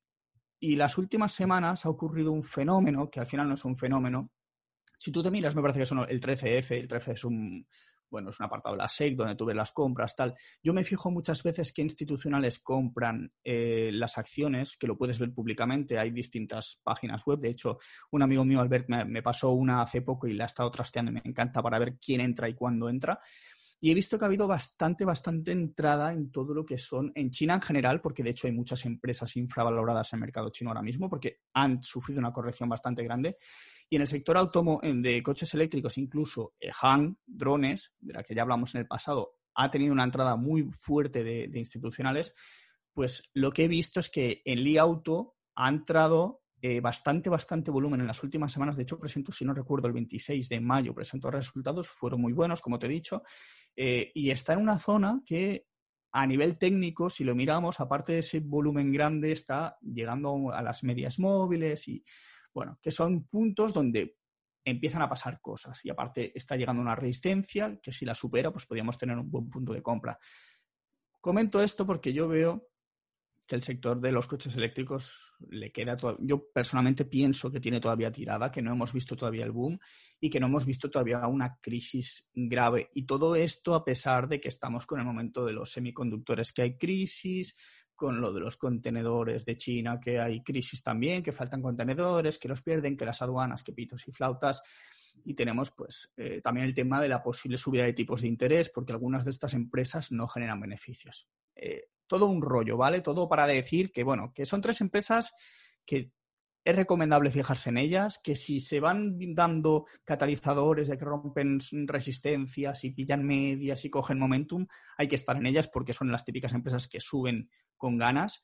Y las últimas semanas ha ocurrido un fenómeno, que al final no es un fenómeno. Si tú te miras, me parece que son el trece F, el trece es un, bueno, es un apartado de la S E C donde tú ves las compras, tal. Yo me fijo muchas veces que institucionales compran eh, las acciones, que lo puedes ver públicamente, hay distintas páginas web. De hecho, un amigo mío, Albert, me, me pasó una hace poco y la he estado trasteando y me encanta para ver quién entra y cuándo entra. Y he visto que ha habido bastante, bastante entrada en todo lo que son, en China en general, porque de hecho hay muchas empresas infravaloradas en el mercado chino ahora mismo, porque han sufrido una corrección bastante grande. Y en el sector automó- de coches eléctricos, incluso eh, Han, drones, de la que ya hablamos en el pasado, ha tenido una entrada muy fuerte de, de institucionales. Pues lo que he visto es que en Li Auto ha entrado Eh, bastante, bastante volumen en las últimas semanas. De hecho, presentó, si no recuerdo, el veintiséis de mayo, presentó resultados, fueron muy buenos, como te he dicho, eh, y está en una zona que a nivel técnico, si lo miramos, aparte de ese volumen grande, está llegando a las medias móviles y, bueno, que son puntos donde empiezan a pasar cosas, y aparte está llegando a una resistencia que si la supera, pues podríamos tener un buen punto de compra. Comento esto porque yo veo que el sector de los coches eléctricos le queda todavía, yo personalmente pienso que tiene todavía tirada, que no hemos visto todavía el boom y que no hemos visto todavía una crisis grave. Y todo esto a pesar de que estamos con el momento de los semiconductores, que hay crisis, con lo de los contenedores de China, que hay crisis también, que faltan contenedores, que los pierden, que las aduanas, que pitos y flautas. Y tenemos pues eh, también el tema de la posible subida de tipos de interés, porque algunas de estas empresas no generan beneficios. Eh, todo un rollo, ¿vale? Todo para decir que, bueno, que son tres empresas que es recomendable fijarse en ellas, que si se van dando catalizadores de que rompen resistencias y pillan medias y cogen momentum, hay que estar en ellas porque son las típicas empresas que suben con ganas.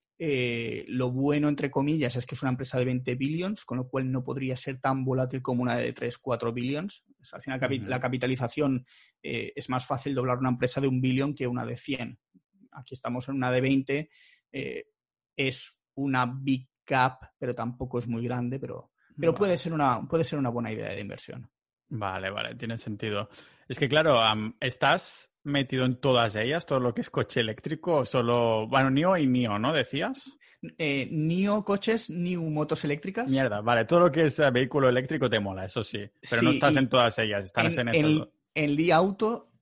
Eh, lo bueno, entre comillas, es que es una empresa de veinte billions, con lo cual no podría ser tan volátil como una de tres, cuatro billions. O sea, al final, uh-huh. la capitalización eh, es más fácil doblar una empresa de un billón que una de cien. Aquí estamos en una de veinte. Eh, es una big cap, pero tampoco es muy grande, pero, pero vale. puede ser una, puede ser una buena idea de inversión. Vale, vale, tiene sentido. Es que, claro, um, ¿estás metido en todas ellas, todo lo que es coche eléctrico, o solo, bueno, NIO y NIO, ¿no? ¿Decías? Eh, NIO coches, NIO motos eléctricas. Mierda, vale, todo lo que es uh, vehículo eléctrico te mola, eso sí, pero sí, no estás en todas ellas, estás en, en esto. En Li Auto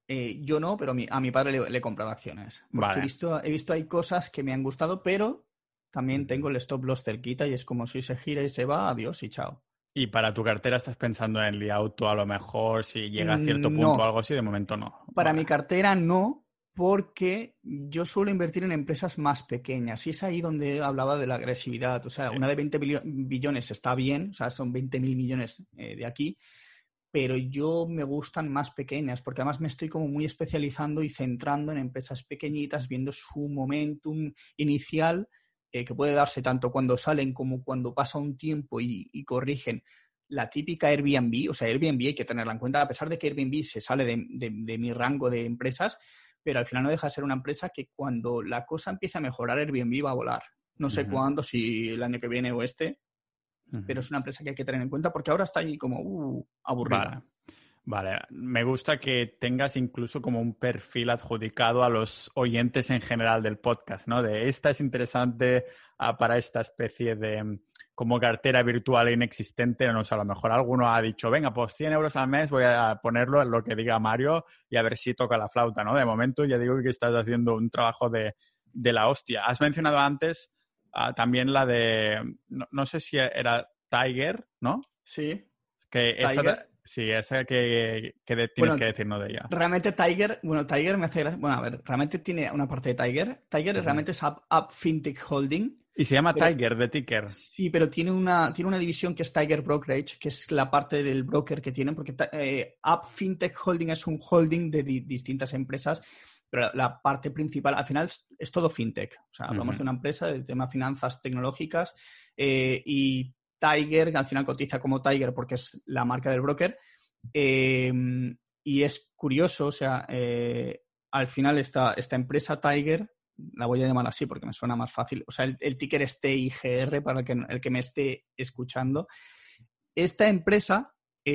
Eh, yo no, pero mi, a mi padre le, le he comprado acciones. Porque Vale. he visto, he visto hay cosas que me han gustado, pero también tengo el stop loss cerquita y es como si se gira y se va, adiós y chao. ¿Y para tu cartera estás pensando en el auto a lo mejor, si llega a cierto Mm, punto o No, algo así? De momento no. para Vale. mi cartera no, porque yo suelo invertir en empresas más pequeñas y es ahí donde hablaba de la agresividad. O sea, Sí. una de veinte billones está bien, o sea, son veinte mil millones eh, de aquí, pero yo me gustan más pequeñas porque además me estoy como muy especializando y centrando en empresas pequeñitas, viendo su momentum inicial, eh, que puede darse tanto cuando salen como cuando pasa un tiempo y, y corrigen. La típica Airbnb, o sea, Airbnb hay que tenerla en cuenta, a pesar de que Airbnb se sale de, de, de mi rango de empresas, pero al final no deja de ser una empresa que cuando la cosa empiece a mejorar, Airbnb va a volar. No sé Ujú, cuándo, si el año que viene o este, pero ujú. es una empresa que hay que tener en cuenta porque ahora está ahí como uh, aburrida. Vale. Vale, me gusta que tengas incluso como un perfil adjudicado a los oyentes en general del podcast, ¿no? De esta es interesante ah, para esta especie de mm, como cartera virtual inexistente. No sé, a lo mejor alguno ha dicho, venga, pues cien euros al mes voy a ponerlo en lo que diga Mario y a ver si toca la flauta, ¿no? De momento ya digo que estás haciendo un trabajo de, de la hostia. Has mencionado antes ah, también la de, no, no sé si era Tiger, ¿no? Sí, Que esta, Tiger. sí, esa que, que de- tienes Bueno, que decirnos de ella. realmente Tiger, bueno, Tiger me hace gracia. Bueno, a ver, realmente tiene una parte de Tiger. Tiger Ujú. realmente es Up, Up Fintech Holding, Y se llama pero Tiger, de Ticker. sí, pero tiene una, tiene una división que es Tiger Brokerage, que es la parte del broker que tienen, porque eh, Up Fintech Holding es un holding de di- distintas empresas, pero la, la parte principal, al final, es, es todo fintech. O sea, hablamos Ujú. de una empresa de tema finanzas tecnológicas eh, y Tiger, que al final cotiza como Tiger porque es la marca del broker. Eh, y es curioso, o sea, eh, al final esta, esta empresa Tiger, la voy a llamar así porque me suena más fácil, o sea, el, el ticker es T I G R para el que, el que me esté escuchando. Esta empresa,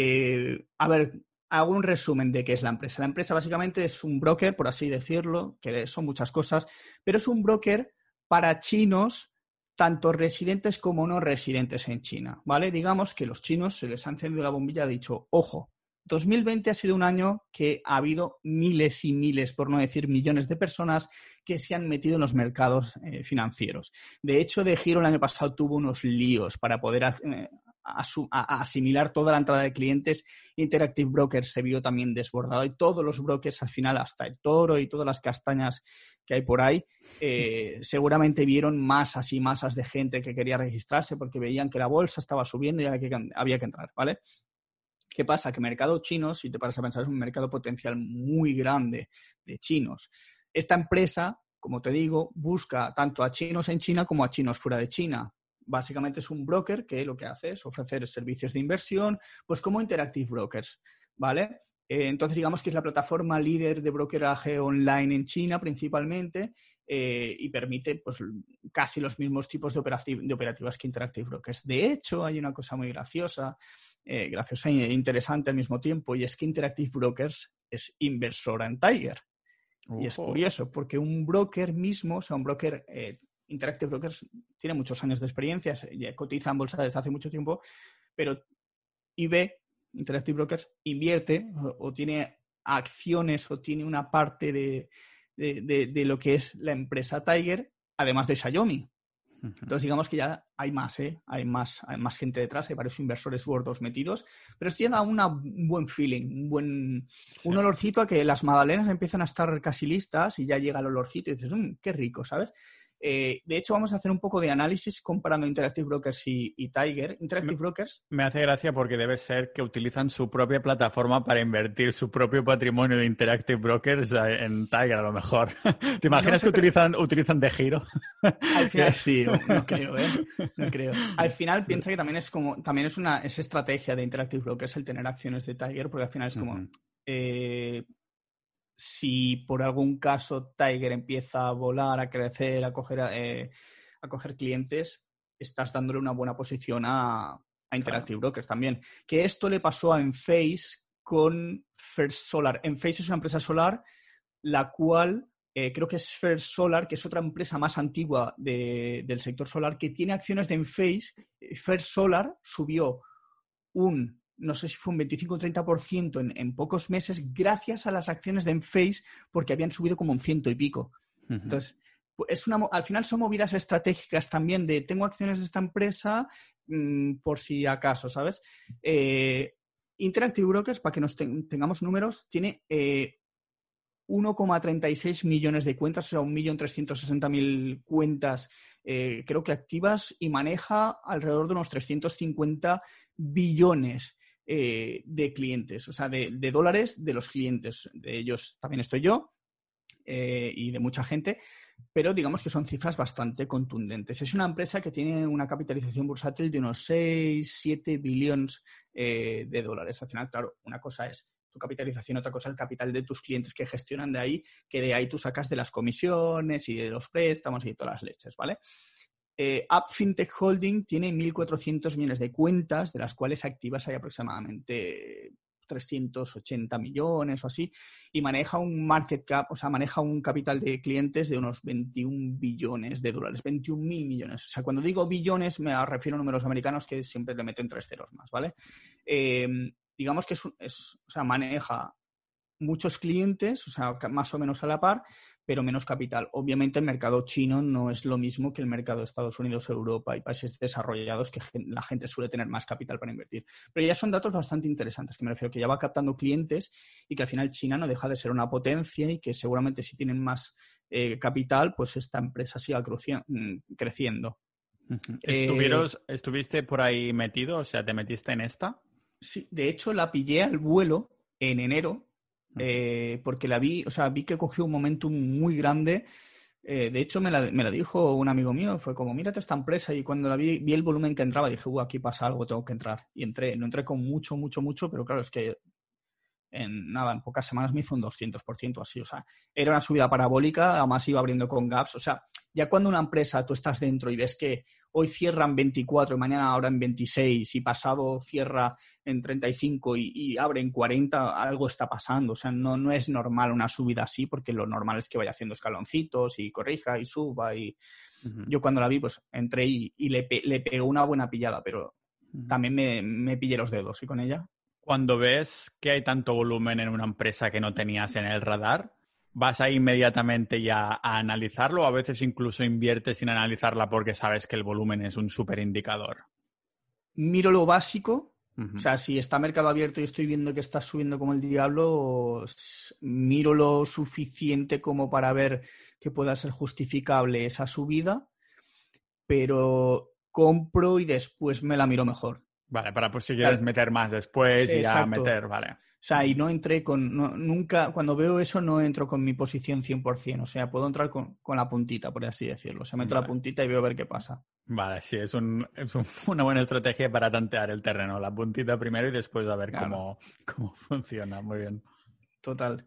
eh, a ver, hago un resumen de qué es la empresa. La empresa básicamente es un broker, por así decirlo, que son muchas cosas, pero es un broker para chinos, tanto residentes como no residentes en China, ¿vale? Digamos que los chinos se les ha encendido la bombilla y ha dicho, ojo, dos mil veinte ha sido un año que ha habido miles y miles, por no decir millones de personas que se han metido en los mercados eh, financieros. De hecho, De Giro el año pasado tuvo unos líos para poder eh, asu- a- a asimilar toda la entrada de clientes. Interactive Brokers se vio también desbordado y todos los brokers al final, hasta el Toro y todas las castañas que hay por ahí, eh, seguramente vieron masas y masas de gente que quería registrarse porque veían que la bolsa estaba subiendo y había que, había que entrar, ¿vale? ¿Qué pasa? Que el mercado chino, si te paras a pensar, es un mercado potencial muy grande de chinos. Esta empresa, como te digo, busca tanto a chinos en China como a chinos fuera de China. Básicamente es un broker que lo que hace es ofrecer servicios de inversión, pues como Interactive Brokers, ¿vale? Eh, entonces, digamos que es la plataforma líder de brokeraje online en China principalmente eh, y permite pues, casi los mismos tipos de, operativ- de operativas que Interactive Brokers. De hecho, hay una cosa muy graciosa, eh, graciosa e interesante al mismo tiempo, y es que Interactive Brokers es inversora en Tiger. Y es Ojo. curioso, porque un broker mismo, o sea, un broker, eh, Interactive Brokers tiene muchos años de experiencia, ya cotiza en bolsa desde hace mucho tiempo, pero I B, Interactive Brokers, invierte o, o tiene acciones o tiene una parte de, de, de, de lo que es la empresa Tiger, además de Xiaomi. Ujú. Entonces, digamos que ya hay más, ¿eh? Hay más, hay más gente detrás, hay varios inversores gordos metidos, pero esto ya da una, un buen feeling, un buen Sí. un olorcito a que las magdalenas empiezan a estar casi listas y ya llega el olorcito y dices, mmm, qué rico, ¿sabes? Eh, de hecho, vamos a hacer un poco de análisis comparando Interactive Brokers y, y Tiger. Me, Interactive Brokers, me hace gracia porque debe ser que utilizan su propia plataforma para invertir su propio patrimonio de Interactive Brokers eh, en Tiger, a lo mejor. ¿Te no imaginas que sé, pero utilizan, utilizan de giro? al Que- final sí, no, no creo, ¿eh? No creo. Al final Sí. piensa que también es como, también es una es estrategia de Interactive Brokers el tener acciones de Tiger, porque al final es como, Ujú. eh, si por algún caso Tiger empieza a volar, a crecer, a coger, eh, a coger clientes, estás dándole una buena posición a, a Claro. Interactive Brokers también. Que esto le pasó a Enphase con First Solar. Enphase es una empresa solar, la cual eh, creo que es First Solar, que es otra empresa más antigua de, del sector solar, que tiene acciones de Enphase. First Solar subió un no sé si fue un veinticinco o treinta por ciento en, en pocos meses gracias a las acciones de Enphase porque habían subido como un ciento y pico. Uh-huh. Entonces, es una, al final son movidas estratégicas también de tengo acciones de esta empresa mmm, por si acaso, ¿sabes? Eh, Interactive Brokers, para que nos ten, tengamos números, tiene eh, uno coma treinta y seis millones de cuentas, o sea, un millón trescientos sesenta mil cuentas, eh, creo que activas, y maneja alrededor de unos trescientos cincuenta billones eh, de clientes, o sea, de, de dólares de los clientes. De ellos también estoy yo. Eh, y de mucha gente, pero digamos que son cifras bastante contundentes. Es una empresa que tiene una capitalización bursátil de unos seis, siete billones eh, de dólares. Al final, claro, una cosa es tu capitalización, otra cosa el capital de tus clientes que gestionan de ahí, que de ahí tú sacas de las comisiones y de los préstamos y de todas las leches, ¿vale? Eh, App Fintech Holding tiene mil cuatrocientos millones de cuentas, de las cuales activas hay aproximadamente trescientos ochenta millones o así, y maneja un market cap, o sea, maneja un capital de clientes de unos veintiún billones de dólares, veintiún mil millones. O sea, cuando digo billones me refiero a números americanos que siempre le meten tres ceros más, ¿vale? Eh, digamos que es, es, o sea, maneja muchos clientes, o sea, más o menos a la par, pero menos capital. Obviamente el mercado chino no es lo mismo que el mercado de Estados Unidos, Europa y países desarrollados, que la gente suele tener más capital para invertir. Pero ya son datos bastante interesantes, que me refiero que ya va captando clientes y que al final China no deja de ser una potencia y que seguramente si tienen más eh, capital, pues esta empresa siga creciendo. ¿Estuvieron, eh, ¿Estuviste por ahí metido? O sea, ¿te metiste en esta? Sí, de hecho la pillé al vuelo en enero. Eh, porque la vi, o sea, vi que cogió un momentum muy grande. Eh, de hecho, me la, me la dijo un amigo mío, fue como, mírate esta empresa, y cuando la vi, vi el volumen que entraba, dije, uh, aquí pasa algo, tengo que entrar. Y entré, no entré con mucho, mucho, mucho, pero claro, es que en nada, en pocas semanas me hizo un doscientos por ciento así, o sea, era una subida parabólica, además iba abriendo con gaps, o sea, ya cuando una empresa tú estás dentro y ves que hoy cierra en veinticuatro y mañana ahora en veintiséis y pasado cierra en treinta y cinco y, y abre en cuarenta, algo está pasando. O sea, no, no es normal una subida así porque lo normal es que vaya haciendo escaloncitos y corrija y suba. Y uh-huh. Yo cuando la vi, pues entré y, y le, pe- le pegó una buena pillada, pero uh-huh. también me, me pillé los dedos y con ella. Cuando ves que hay tanto volumen en una empresa que no tenías en el radar, ¿vas ahí inmediatamente ya a analizarlo o a veces incluso inviertes sin analizarla porque sabes que el volumen es un súper indicador? Miro lo básico, uh-huh. O sea, si está mercado abierto y estoy viendo que está subiendo como el diablo, miro lo suficiente como para ver que pueda ser justificable esa subida, pero compro y después me la miro mejor. Vale, para pues si quieres meter más después sí, y ya exacto. meter, vale. O sea, y no entré con... No, nunca, cuando veo eso, no entro con mi posición cien por ciento. O sea, puedo entrar con, con la puntita, por así decirlo. O sea, meto vale. la puntita y veo a ver qué pasa. Vale, sí, es, un, es un, una buena estrategia para tantear el terreno. La puntita primero y después a ver claro. cómo, cómo funciona. Muy bien. Total.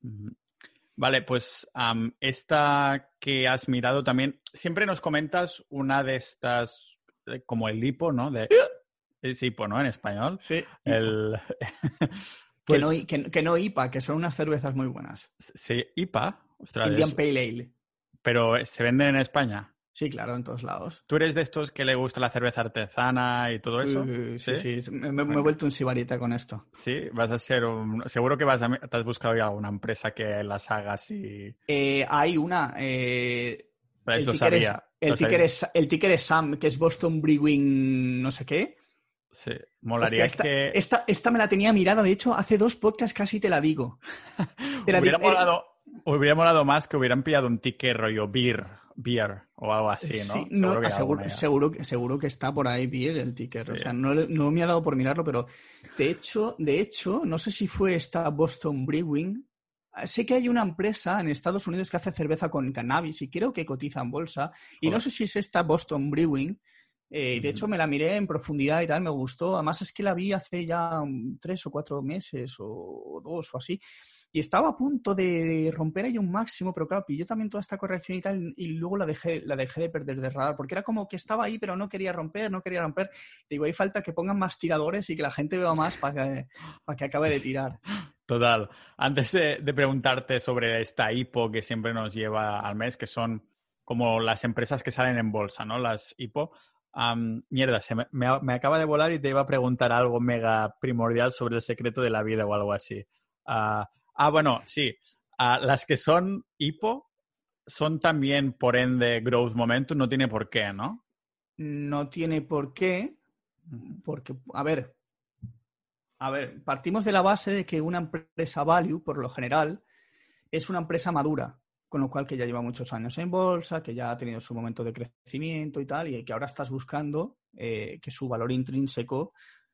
Vale, pues um, esta que has mirado también, siempre nos comentas una de estas, como el hipo, ¿no? De... Es hipo, ¿no? En español. Sí. El... pues... que, no, que, que no I P A, que son unas cervezas muy buenas. Sí, I P A. Ostras, Indian es... Pale Ale. Pero ¿se venden en España? Sí, claro, en todos lados. ¿Tú eres de estos que le gusta la cerveza artesana y todo sí, eso? Sí, sí. sí. Me, me he vuelto un sibarita con esto. Sí, vas a ser un... Seguro que vas a... te has buscado ya alguna empresa que las haga así. Eh, hay una... Eh... Pero el, ticker es, el, ticker es, el ticker es SAM, que es Boston Brewing no sé qué. Sí, molaría Hostia, esta, que... Esta, esta me la tenía mirada, de hecho, hace dos podcasts casi te la digo. Te la hubiera, digo molado, eh... hubiera molado más que hubieran pillado un ticket rollo beer, beer o algo así, ¿no? Sí, no seguro, que seguro, seguro, que, seguro que está por ahí beer el ticker. Sí. O sea, no, no me ha dado por mirarlo, pero de hecho, de hecho, no sé si fue esta Boston Brewing. Sé que hay una empresa en Estados Unidos que hace cerveza con cannabis y creo que cotiza en bolsa. Y Joder. No sé si es esta Boston Brewing. Eh, de hecho, me la miré en profundidad y tal, me gustó. Además, es que la vi hace ya tres o cuatro meses o dos o así. Y estaba a punto de romper ahí un máximo, pero claro, pilló también toda esta corrección y tal, y luego la dejé, la dejé de perder de radar, porque era como que estaba ahí, pero no quería romper, no quería romper. Digo, hay falta que pongan más tiradores y que la gente vea más para que, para que acabe de tirar. Total. Antes de, de preguntarte sobre esta I P O que siempre nos lleva al mes, que son como las empresas que salen en bolsa, ¿no? Las I P O. Um, mierda, se me, me, me acaba de volar y te iba a preguntar algo mega primordial sobre el secreto de la vida o algo así. Uh, ah, bueno, sí. Uh, las que son hipo son también, por ende, growth momentum. No tiene por qué, ¿no? No tiene por qué, porque, a ver, a ver, partimos de la base de que una empresa value, por lo general, es una empresa madura, con lo cual que ya lleva muchos años en bolsa, que ya ha tenido su momento de crecimiento y tal, y que ahora estás buscando eh, que su valor intrínseco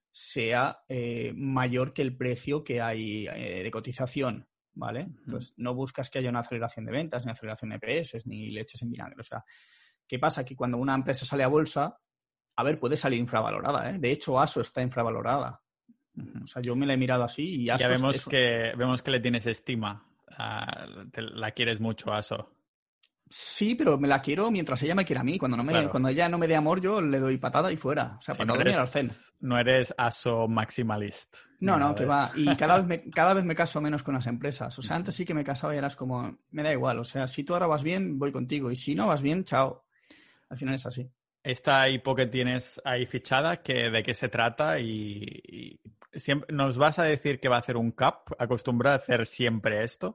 sea eh, mayor que el precio que hay eh, de cotización, ¿vale? Uh-huh. Entonces, no buscas que haya una aceleración de ventas, ni aceleración de E P S, ni leches en vinagre. O sea, ¿qué pasa? Que cuando una empresa sale a bolsa, a ver, puede salir infravalorada, ¿eh? De hecho, ASO está infravalorada. Uh-huh. O sea, yo me la he mirado así y ASO... Ya vemos, es... que, vemos que le tienes estima. Uh, te, la quieres mucho, ASO. Sí, pero me la quiero mientras ella me quiera a mí. Cuando, no me, claro. cuando ella no me dé amor, yo le doy patada y fuera. O sea, sí, patada no eres, al zen. No eres ASO maximalist. No, no, que va. Y cada vez, me, cada vez me caso menos con las empresas. O sea, antes sí que me casaba y eras como, me da igual. O sea, si tú ahora vas bien, voy contigo. Y si no vas bien, chao. Al final es así. Esta hipo que tienes ahí fichada, que, ¿de qué se trata? Y, y siempre, ¿nos vas a decir que va a hacer un cap? ¿Acostumbra a hacer siempre esto?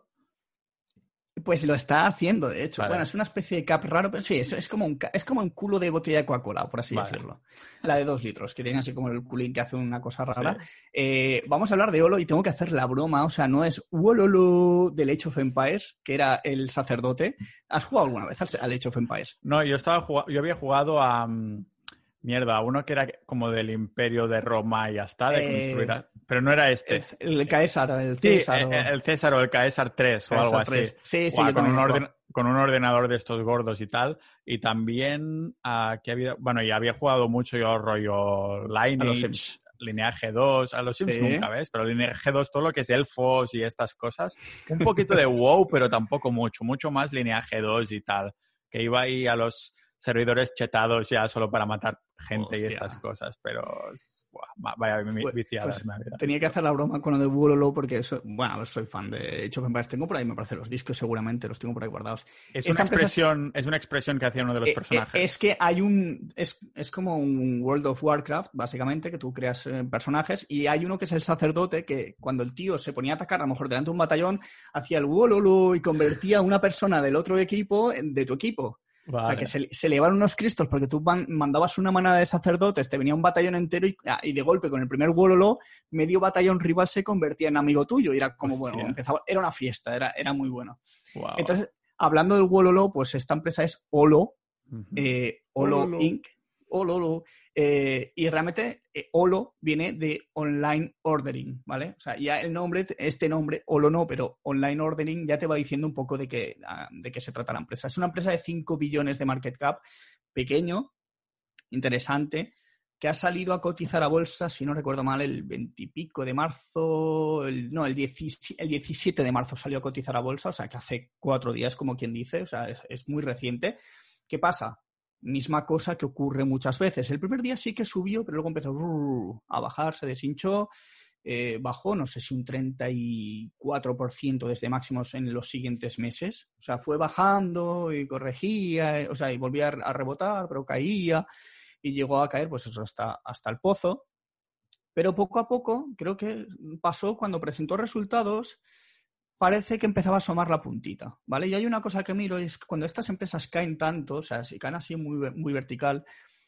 Pues lo está haciendo, de hecho. Vale. Bueno, es una especie de cap raro, pero sí, es, es, como un, es como un culo de botella de Coca-Cola, por así vale. decirlo. La de dos litros, que tiene así como el culín que hace una cosa rara. Sí. Eh, vamos a hablar de Olo y tengo que hacer la broma. O sea, no es Wololo del Age of Empires, que era el sacerdote. ¿Has jugado alguna vez al, al Age of Empires? No, yo, estaba jugando, yo había jugado a... Um... Mierda, uno que era como del Imperio de Roma y ya está, de eh, construir... Pero no era este. El, el Caesar, el César. Sí, o... el César o el Caesar tres o Caesar algo tres. así. Sí, sí, Guau, yo con, un orden, juego. con un ordenador de estos gordos y tal. Y también, uh, que había... bueno, ya había jugado mucho yo rollo Lineage, Lineage dos, a los Sims sí. nunca, ¿ves? Pero Lineage dos, todo lo que es elfos y estas cosas. Un poquito de WoW, pero tampoco mucho. Mucho más Lineage dos y tal. Que iba ahí a los... servidores chetados ya solo para matar gente Hostia. Y estas cosas, pero buah, vaya viciadas. Pues, pues, tenía que hacer la broma con lo de Wololo porque eso, bueno, soy fan de Age of Empires. Tengo por ahí, me parece, los discos seguramente, los tengo por ahí guardados. Es, una expresión, empresa, es una expresión que hacía uno de los eh, personajes. Es que hay un... Es, es como un World of Warcraft, básicamente, que tú creas eh, personajes y hay uno que es el sacerdote que cuando el tío se ponía a atacar, a lo mejor delante de un batallón, hacía el Wololo y convertía a una persona del otro equipo de tu equipo. Vale. O sea, que se, se elevaron unos cristos porque tú man, mandabas una manada de sacerdotes, te venía un batallón entero y, y de golpe con el primer Wololo, medio batallón rival se convertía en amigo tuyo. Y era como, Hostia. bueno, empezaba, era una fiesta, era, era muy bueno. Wow. Entonces, hablando del Wololo, pues esta empresa es Olo, uh-huh. eh, Olo, Olo incorporated. Olo, eh, y realmente eh, Olo viene de Online Ordering, ¿vale? O sea, ya el nombre, este nombre, Olo no, pero Online Ordering ya te va diciendo un poco de qué, de qué se trata la empresa. Es una empresa de cinco billones de market cap, pequeño, interesante, que ha salido a cotizar a bolsa, si no recuerdo mal, el veinte y pico de marzo, el, no, el, diecisiete, el diecisiete de marzo salió a cotizar a bolsa, o sea, que hace cuatro días, como quien dice, o sea, es, es muy reciente. ¿Qué pasa? Misma cosa que ocurre muchas veces. El primer día sí que subió, pero luego empezó uh, a bajar, se deshinchó, eh, bajó, no sé si un treinta y cuatro por ciento desde máximos en los siguientes meses. O sea, fue bajando y corregía, eh, o sea, y volvía a rebotar, pero caía y llegó a caer, pues eso, hasta, hasta el pozo. Pero poco a poco, creo que pasó cuando presentó resultados, parece que empezaba a asomar la puntita, ¿vale? Y hay una cosa que miro y es que cuando estas empresas caen tanto, o sea, si caen así muy, muy vertical,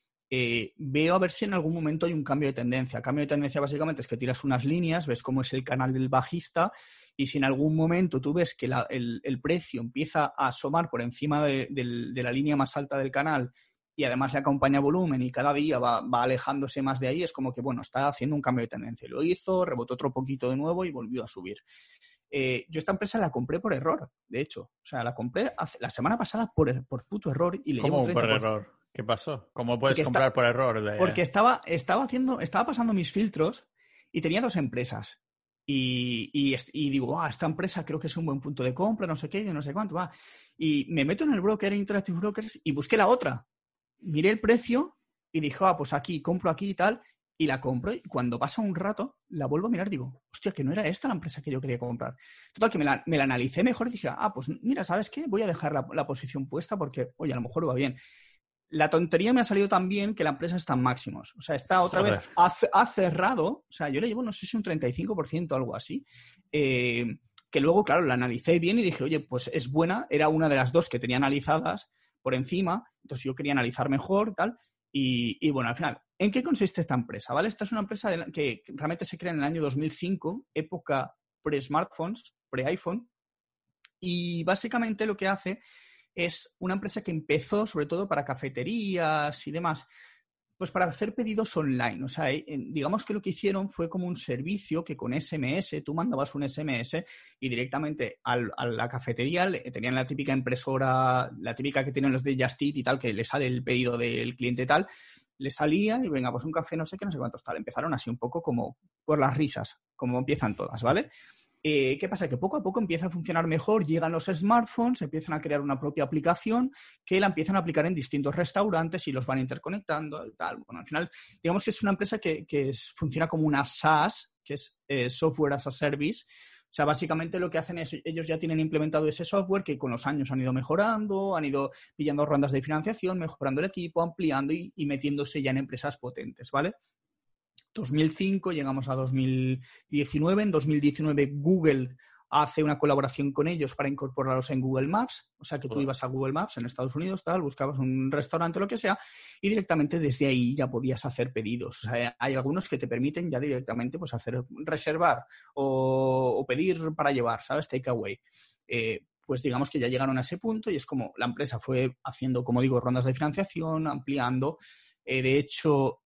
eh, veo a ver si en algún momento hay un cambio de tendencia. Cambio de tendencia básicamente es que tiras unas líneas, ves cómo es el canal del bajista y si en algún momento tú ves que la, el, el precio empieza a asomar por encima de, de, de la línea más alta del canal y además le acompaña volumen y cada día va, va alejándose más de ahí, es como que, bueno, está haciendo un cambio de tendencia. Lo hizo, rebotó otro poquito de nuevo y volvió a subir. Eh, yo esta empresa la compré por error, de hecho. O sea, la compré hace, la semana pasada por, por puto error y le llevo un treinta por ciento. ¿Cómo por error? ¿Qué pasó? ¿Cómo puedes porque comprar está, por error? De... Porque estaba, estaba haciendo, estaba pasando mis filtros y tenía dos empresas. Y, y, y digo, ah, esta empresa creo que es un buen punto de compra, no sé qué, no sé cuánto, va. Y me meto en el broker, Interactive Brokers, y busqué la otra. Miré el precio y dije, ah, pues aquí, compro aquí y tal. Y la compro y cuando pasa un rato la vuelvo a mirar y digo, hostia, que no era esta la empresa que yo quería comprar. Total, que me la, me la analicé mejor y dije, ah, pues mira, ¿sabes qué? Voy a dejar la, la posición puesta porque, oye, a lo mejor va bien. la tontería me ha salido también que la empresa está en máximos. O sea, está otra Joder. vez, ha, ha cerrado, o sea, yo le llevo, no sé si un treinta y cinco por ciento o algo así, eh, que luego, claro, la analicé bien y dije, oye, pues es buena, era una de las dos que tenía analizadas por encima, entonces yo quería analizar mejor, tal, y, y bueno, al final, ¿en qué consiste esta empresa? ¿Vale? Esta es una empresa de, que realmente se crea en el año dos mil cinco, época pre-smartphones, pre-iPhone, y básicamente lo que hace es una empresa que empezó sobre todo para cafeterías y demás, pues para hacer pedidos online. O sea, digamos que lo que hicieron fue como un servicio que con ese eme ese, tú mandabas un ese eme ese y directamente al, a la cafetería le, tenían la típica impresora, la típica que tienen los de Just Eat y tal, que le sale el pedido del cliente tal, le salía y venga, pues un café no sé qué, no sé cuántos tal. Empezaron así un poco como por las risas, como empiezan todas, ¿vale? Eh, ¿Qué pasa? Que poco a poco empieza a funcionar mejor, llegan los smartphones, empiezan a crear una propia aplicación que la empiezan a aplicar en distintos restaurantes y los van interconectando y tal. Bueno, al final, digamos que es una empresa que, que es, funciona como una SaaS, que es eh, Software as a Service. O sea, básicamente lo que hacen es, ellos ya tienen implementado ese software que con los años han ido mejorando, han ido pillando rondas de financiación, mejorando el equipo, ampliando y, y metiéndose ya en empresas potentes, ¿vale? dos mil cinco, llegamos a dos mil diecinueve. En dos mil diecinueve Google hace una colaboración con ellos para incorporarlos en Google Maps. O sea, que tú ibas a Google Maps en Estados Unidos, tal, buscabas un restaurante o lo que sea y directamente desde ahí ya podías hacer pedidos. O sea, hay algunos que te permiten ya directamente pues hacer reservar o, o pedir para llevar, ¿sabes? Takeaway. Eh, pues digamos que ya llegaron a ese punto y es como la empresa fue haciendo, como digo, rondas de financiación, ampliando. Eh, de hecho,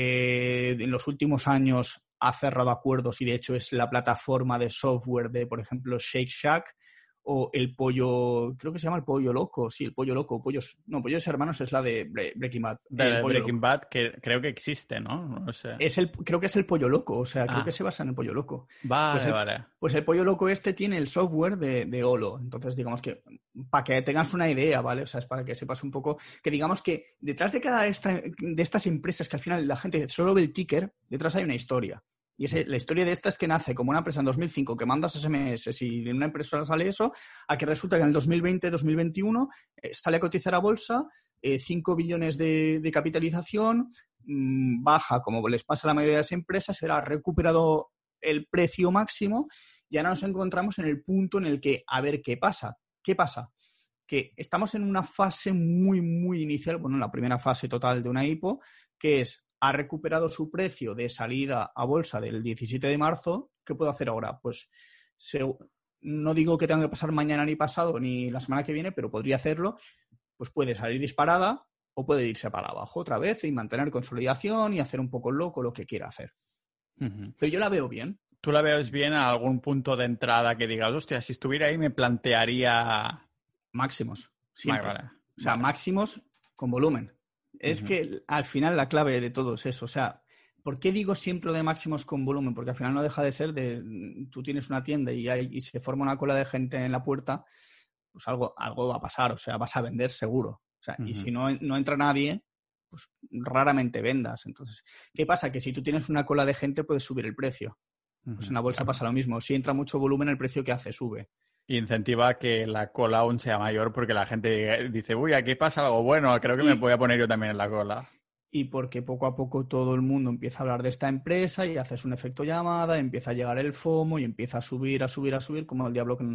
Eh, en los últimos años ha cerrado acuerdos y de hecho es la plataforma de software de, por ejemplo, Shake Shack o el Pollo, creo que se llama el Pollo Loco, sí, el Pollo Loco, Pollos, no, Pollos Hermanos es la de Breaking Bad. De el Breaking Loco. Bad, que creo que existe, ¿no? No sé. Es el, creo que es el Pollo Loco, o sea, creo ah. que se basa en el Pollo Loco. Vale, pues el, vale. Pues el Pollo Loco este tiene el software de, de Olo, entonces digamos que para que tengas una idea, ¿vale? O sea, es para que sepas un poco, que digamos que detrás de cada esta, de estas empresas que al final la gente solo ve el ticker, detrás hay una historia. Y ese, la historia de esta es que nace como una empresa en dos mil cinco que mandas ese eme ese y en una impresora sale eso, a que resulta que en el dos mil veinte dos mil veintiuno eh, sale a cotizar a bolsa, eh, cinco billones de, de capitalización, mmm, baja como les pasa a la mayoría de las empresas, se ha recuperado el precio máximo y ahora nos encontramos en el punto en el que, a ver qué pasa. ¿Qué pasa? Que estamos en una fase muy, muy inicial, bueno, la primera fase total de una I P O, que es ha recuperado su precio de salida a bolsa del diecisiete de marzo. ¿Qué puedo hacer ahora? Pues se, no digo que tenga que pasar mañana ni pasado ni la semana que viene, pero podría hacerlo. Pues puede salir disparada o puede irse para abajo otra vez y mantener consolidación y hacer un poco loco lo que quiera hacer. Uh-huh. Pero yo la veo bien. ¿Tú la ves bien a algún punto de entrada que digas, hostia, si estuviera ahí me plantearía... Máximos. Siempre. Vale, vale. O sea, vale. máximos con volumen. Es uh-huh. que al final la clave de todo es eso. O sea, ¿por qué digo siempre de máximos con volumen? Porque al final no deja de ser de... Tú tienes una tienda y, hay, y se forma una cola de gente en la puerta, pues algo, algo va a pasar. O sea, vas a vender seguro. O sea, uh-huh. y si no, no entra nadie, pues raramente vendas. Entonces, ¿qué pasa? Que si tú tienes una cola de gente puedes subir el precio. Uh-huh. Pues en la bolsa claro. pasa lo mismo. Si entra mucho volumen, el precio que hace sube. Y incentiva que la cola aún sea mayor porque la gente dice, uy, aquí pasa algo bueno, creo que y, me voy a poner yo también en la cola. Y porque poco a poco todo el mundo empieza a hablar de esta empresa y haces un efecto llamada, empieza a llegar el FOMO y empieza a subir, a subir, a subir como el diablo que,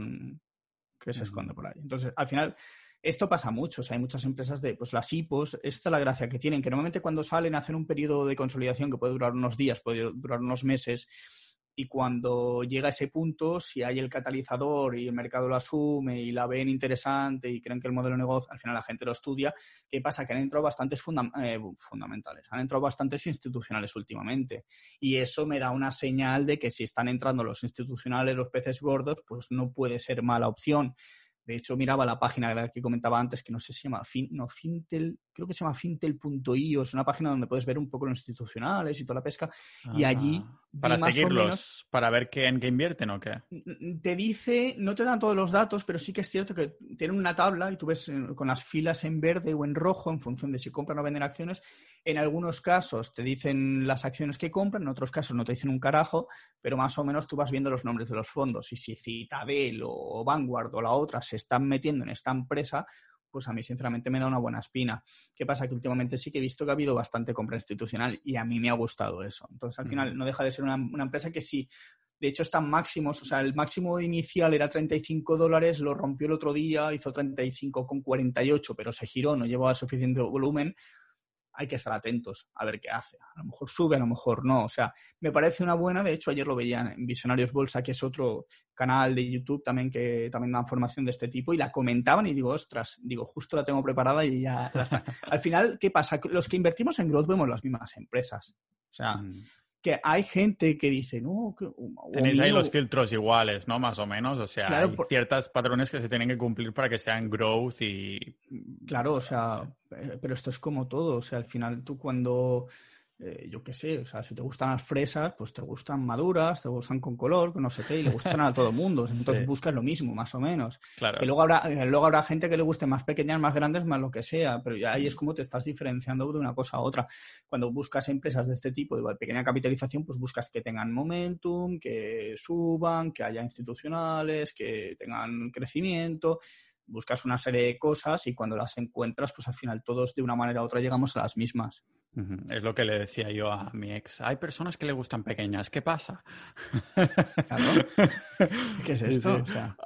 que se uh-huh. esconde por ahí. Entonces, al final, esto pasa mucho. O sea, hay muchas empresas de, pues las I P Os, esta es la gracia que tienen, que normalmente cuando salen hacen un periodo de consolidación que puede durar unos días, puede durar unos meses. Y cuando llega a ese punto, si hay el catalizador y el mercado lo asume y la ven interesante y creen que el modelo de negocio, al final la gente lo estudia, ¿qué pasa? Que han entrado bastantes funda- eh, fundamentales, han entrado bastantes institucionales últimamente. Y eso me da una señal de que si están entrando los institucionales, los peces gordos, pues no puede ser mala opción. De hecho, miraba la página de la que comentaba antes, que no sé si se llama fin, no, Fintel, creo que se llama fintel punto i o, es una página donde puedes ver un poco los institucionales y toda la pesca. Ah, y allí para más seguirlos, o menos, para ver qué, en qué invierten o qué. Te dice, no te dan todos los datos, pero sí que es cierto que tienen una tabla y tú ves con las filas en verde o en rojo en función de si compran o venden acciones. En algunos casos te dicen las acciones que compran, en otros casos no te dicen un carajo, pero más o menos tú vas viendo los nombres de los fondos. Y si Citadel o Vanguard o la otra se están metiendo en esta empresa, pues a mí sinceramente me da una buena espina. ¿Qué pasa? Que últimamente sí que he visto que ha habido bastante compra institucional y a mí me ha gustado eso. Entonces, al final, no deja de ser una, una empresa que sí, de hecho, están máximos. O sea, el máximo inicial era treinta y cinco dólares, lo rompió el otro día, hizo treinta y cinco con cuarenta y ocho, pero se giró, no llevaba suficiente volumen. Hay que estar atentos a ver qué hace. A lo mejor sube, a lo mejor no. O sea, me parece una buena. De hecho, ayer lo veía en Visionarios Bolsa, que es otro canal de YouTube también que también da información de este tipo, y la comentaban y digo, ostras, digo, justo la tengo preparada y ya, ya está. Al final, ¿qué pasa? Los que invertimos en growth vemos las mismas empresas. O sea, mm. que hay gente que dice, no... Que, Tenéis ahí mío, los filtros iguales, ¿no? Más o menos. O sea, claro, hay por... ciertos patrones que se tienen que cumplir para que sean growth y... Claro, o sea, pero esto es como todo. O sea, al final tú cuando... Eh, yo qué sé, o sea, si te gustan las fresas, pues te gustan maduras, te gustan con color, con no sé qué, y le gustan a todo el mundo. Entonces sí. buscas lo mismo, más o menos. Claro. Que luego habrá, eh, luego habrá gente que le guste más pequeñas, más grandes, más lo que sea, pero ya ahí es como te estás diferenciando de una cosa a otra. Cuando buscas empresas de este tipo, de pequeña capitalización, pues buscas que tengan momentum, que suban, que haya institucionales, que tengan crecimiento. Buscas una serie de cosas y cuando las encuentras, pues al final todos de una manera u otra llegamos a las mismas. Es lo que le decía yo a mi ex. Hay personas que le gustan pequeñas. ¿Qué pasa? Claro. ¿Qué es esto? Sí, sí. O sea...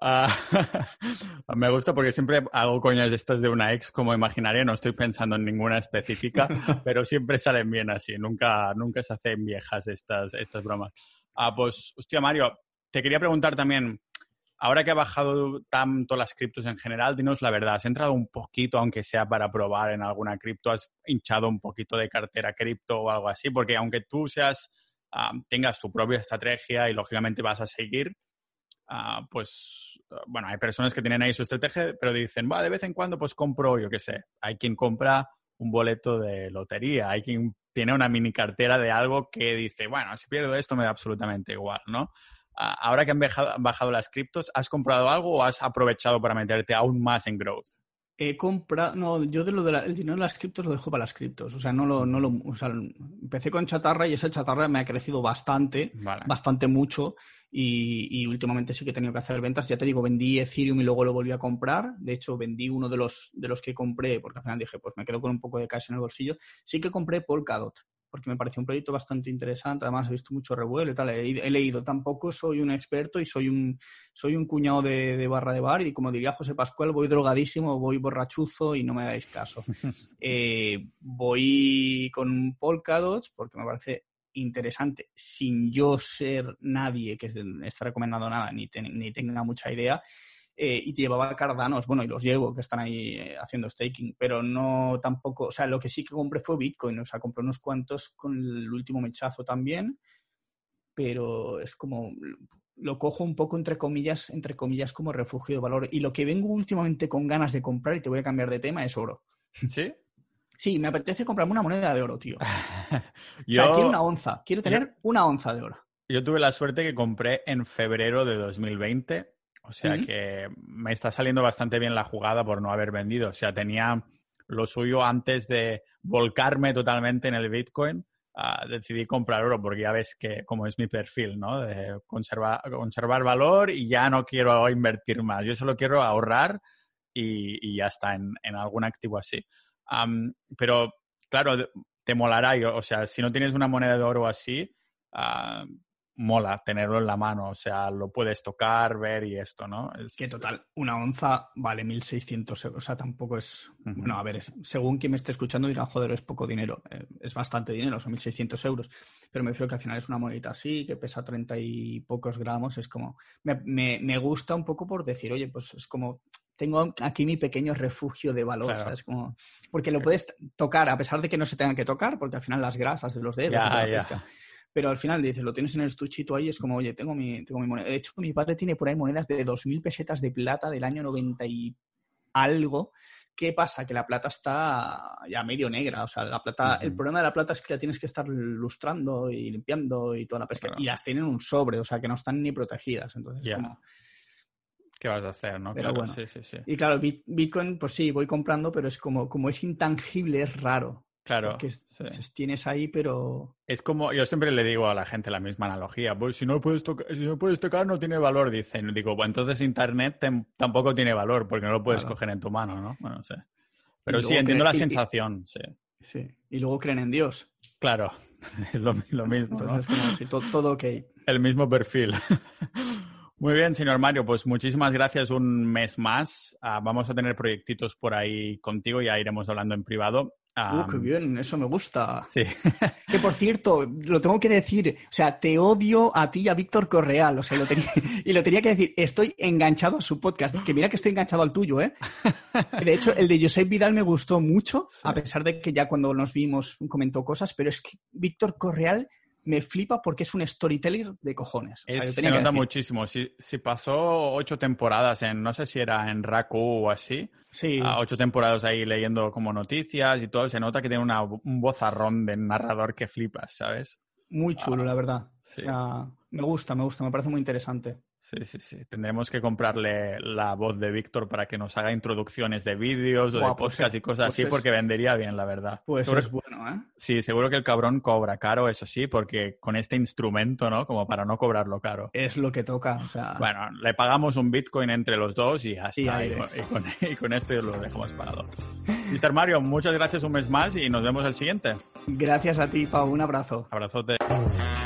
uh, me gusta porque siempre hago coñas de estas de una ex, como imaginaría. No estoy pensando en ninguna específica, pero siempre salen bien así. Nunca, nunca se hacen viejas estas, estas bromas. Uh, pues, hostia, Mario, te quería preguntar también... Ahora que ha bajado tanto las criptos en general, dinos la verdad, ¿has entrado un poquito, aunque sea para probar en alguna cripto? ¿Has hinchado un poquito de cartera cripto o algo así? Porque aunque tú seas, uh, tengas tu propia estrategia y lógicamente vas a seguir, uh, pues, uh, bueno, hay personas que tienen ahí su estrategia, pero dicen, va, de vez en cuando pues compro, yo qué sé, hay quien compra un boleto de lotería, hay quien tiene una mini cartera de algo que dice, bueno, si pierdo esto me da absolutamente igual, ¿no? Ahora que han bajado, bajado las criptos, ¿has comprado algo o has aprovechado para meterte aún más en growth? He comprado... No, yo de lo del de dinero de las criptos lo dejo para las criptos. O sea, no lo... No lo o sea, empecé con chatarra y esa chatarra me ha crecido bastante, vale. bastante mucho. Y, y últimamente sí que he tenido que hacer ventas. Ya te digo, vendí Ethereum y luego lo volví a comprar. De hecho, vendí uno de los, de los que compré porque al final dije, pues me quedo con un poco de cash en el bolsillo. Sí que compré Polkadot, porque me pareció un proyecto bastante interesante. Además, he visto mucho revuelo y tal. He, he leído. Tampoco soy un experto y soy un, soy un cuñado de, de barra de bar. Y como diría José Pascual, voy drogadísimo, voy borrachuzo y no me hagáis caso. eh, voy con Polkadot porque me parece interesante, sin yo ser nadie que esté recomendando nada ni, ten, ni tenga mucha idea. Eh, y te llevaba Cardanos, bueno, y los llevo, que están ahí eh, haciendo staking, pero no tampoco, o sea, lo que sí que compré fue Bitcoin, o sea, compré unos cuantos con el último mechazo también, pero es como, lo cojo un poco entre comillas, entre comillas como refugio de valor, y lo que vengo últimamente con ganas de comprar, y te voy a cambiar de tema, es oro. ¿Sí? Sí, me apetece comprarme una moneda de oro, tío. yo, o sea, quiero una onza, quiero tener yo, una onza de oro. Yo tuve la suerte que compré en febrero de dos mil veinte. O sea uh-huh. que me está saliendo bastante bien la jugada por no haber vendido. O sea, tenía lo suyo antes de volcarme totalmente en el Bitcoin. Uh, decidí comprar oro porque ya ves que como es mi perfil, ¿no? De conservar, conservar valor y ya no quiero invertir más. Yo solo quiero ahorrar y, y ya está en, en algún activo así. Um, pero, claro, te molará. Yo, o sea, si no tienes una moneda de oro así... Uh, mola tenerlo en la mano, o sea, lo puedes tocar, ver y esto, ¿no? Es... Que total, una onza vale mil seiscientos euros, o sea, tampoco es... Uh-huh. Bueno, a ver, es, según quien me esté escuchando dirá, joder, es poco dinero, eh, es bastante dinero, son mil seiscientos euros, pero me refiero que al final es una monedita así, que pesa treinta y pocos gramos, es como... Me, me, me gusta un poco por decir, oye, pues es como... Tengo aquí mi pequeño refugio de valor, claro. ¿sabes? Como, porque lo puedes tocar, a pesar de que no se tengan que tocar, porque al final las grasas de los dedos... Ya, de ya. Pesca, pero al final dices, lo tienes en el estuchito ahí, es como, oye, tengo mi, tengo mi moneda. De hecho, mi padre tiene por ahí monedas de dos mil pesetas de plata del año noventa y algo. ¿Qué pasa? Que la plata está ya medio negra. O sea, la plata, uh-huh. el problema de la plata es que la tienes que estar lustrando y limpiando y toda la pesca. Claro. Y las tienen en un sobre, o sea, que no están ni protegidas. Entonces, yeah. como... ¿Qué vas a hacer, no? Pero claro, bueno. sí, sí, sí. Y claro, Bitcoin, pues sí, voy comprando, pero es como, como es intangible, es raro. Claro. Porque Sí. tienes ahí, pero... Es como, yo siempre le digo a la gente la misma analogía, pues si no puedes tocar, si no puedes tocar no tiene valor, dicen. Digo, pues entonces internet te, tampoco tiene valor porque no lo puedes Claro. coger en tu mano, ¿no? Bueno, no sé. Pero Y sí, luego entiendo creen- la y- y- sensación, sí. Sí. Y luego creen en Dios. Claro, es lo, lo mismo, ¿no? Entonces, como si to- todo ok. El mismo perfil. Muy bien, señor Mario, pues muchísimas gracias un mes más. Ah, vamos a tener proyectitos por ahí contigo, ya iremos hablando en privado. Uh, qué Am, bien, eso me gusta. sí. Que por cierto, lo tengo que decir, o sea, te odio a ti y a Víctor Correal, o sea, lo tenía, y lo tenía que decir, estoy enganchado a su podcast, que mira que estoy enganchado al tuyo, ¿eh? De hecho, el de Josep Vidal me gustó mucho, a pesar de que ya cuando nos vimos comentó cosas, pero es que Víctor Correal me flipa porque es un storyteller de cojones. O sea, Es- yo se tenía que nota decir. muchísimo. Si, si pasó ocho temporadas en, no sé si era en Raku o así, Sí, ah, ocho temporadas ahí leyendo como noticias y todo, se nota que tiene una, un vozarrón de narrador que flipas, ¿sabes? muy chulo, la verdad. sí. O sea, me gusta, me gusta, me parece muy interesante. Sí, sí, sí. Tendremos que comprarle la voz de Víctor para que nos haga introducciones de vídeos o Buah, de pues podcast es- y cosas pues así, es- porque vendería bien, la verdad. Pues Seguro- es bueno, ¿eh? Sí, seguro que el cabrón cobra caro, eso sí, porque con este instrumento, ¿no? Como para no cobrarlo caro. Es lo que toca, o sea... Bueno, le pagamos un Bitcoin entre los dos y ya está. Y Y, aire. con, y con- y con esto lo dejamos pagado. mister Mario, muchas gracias un mes más y nos vemos el siguiente. Gracias a ti, Pau, un abrazo. Abrazote.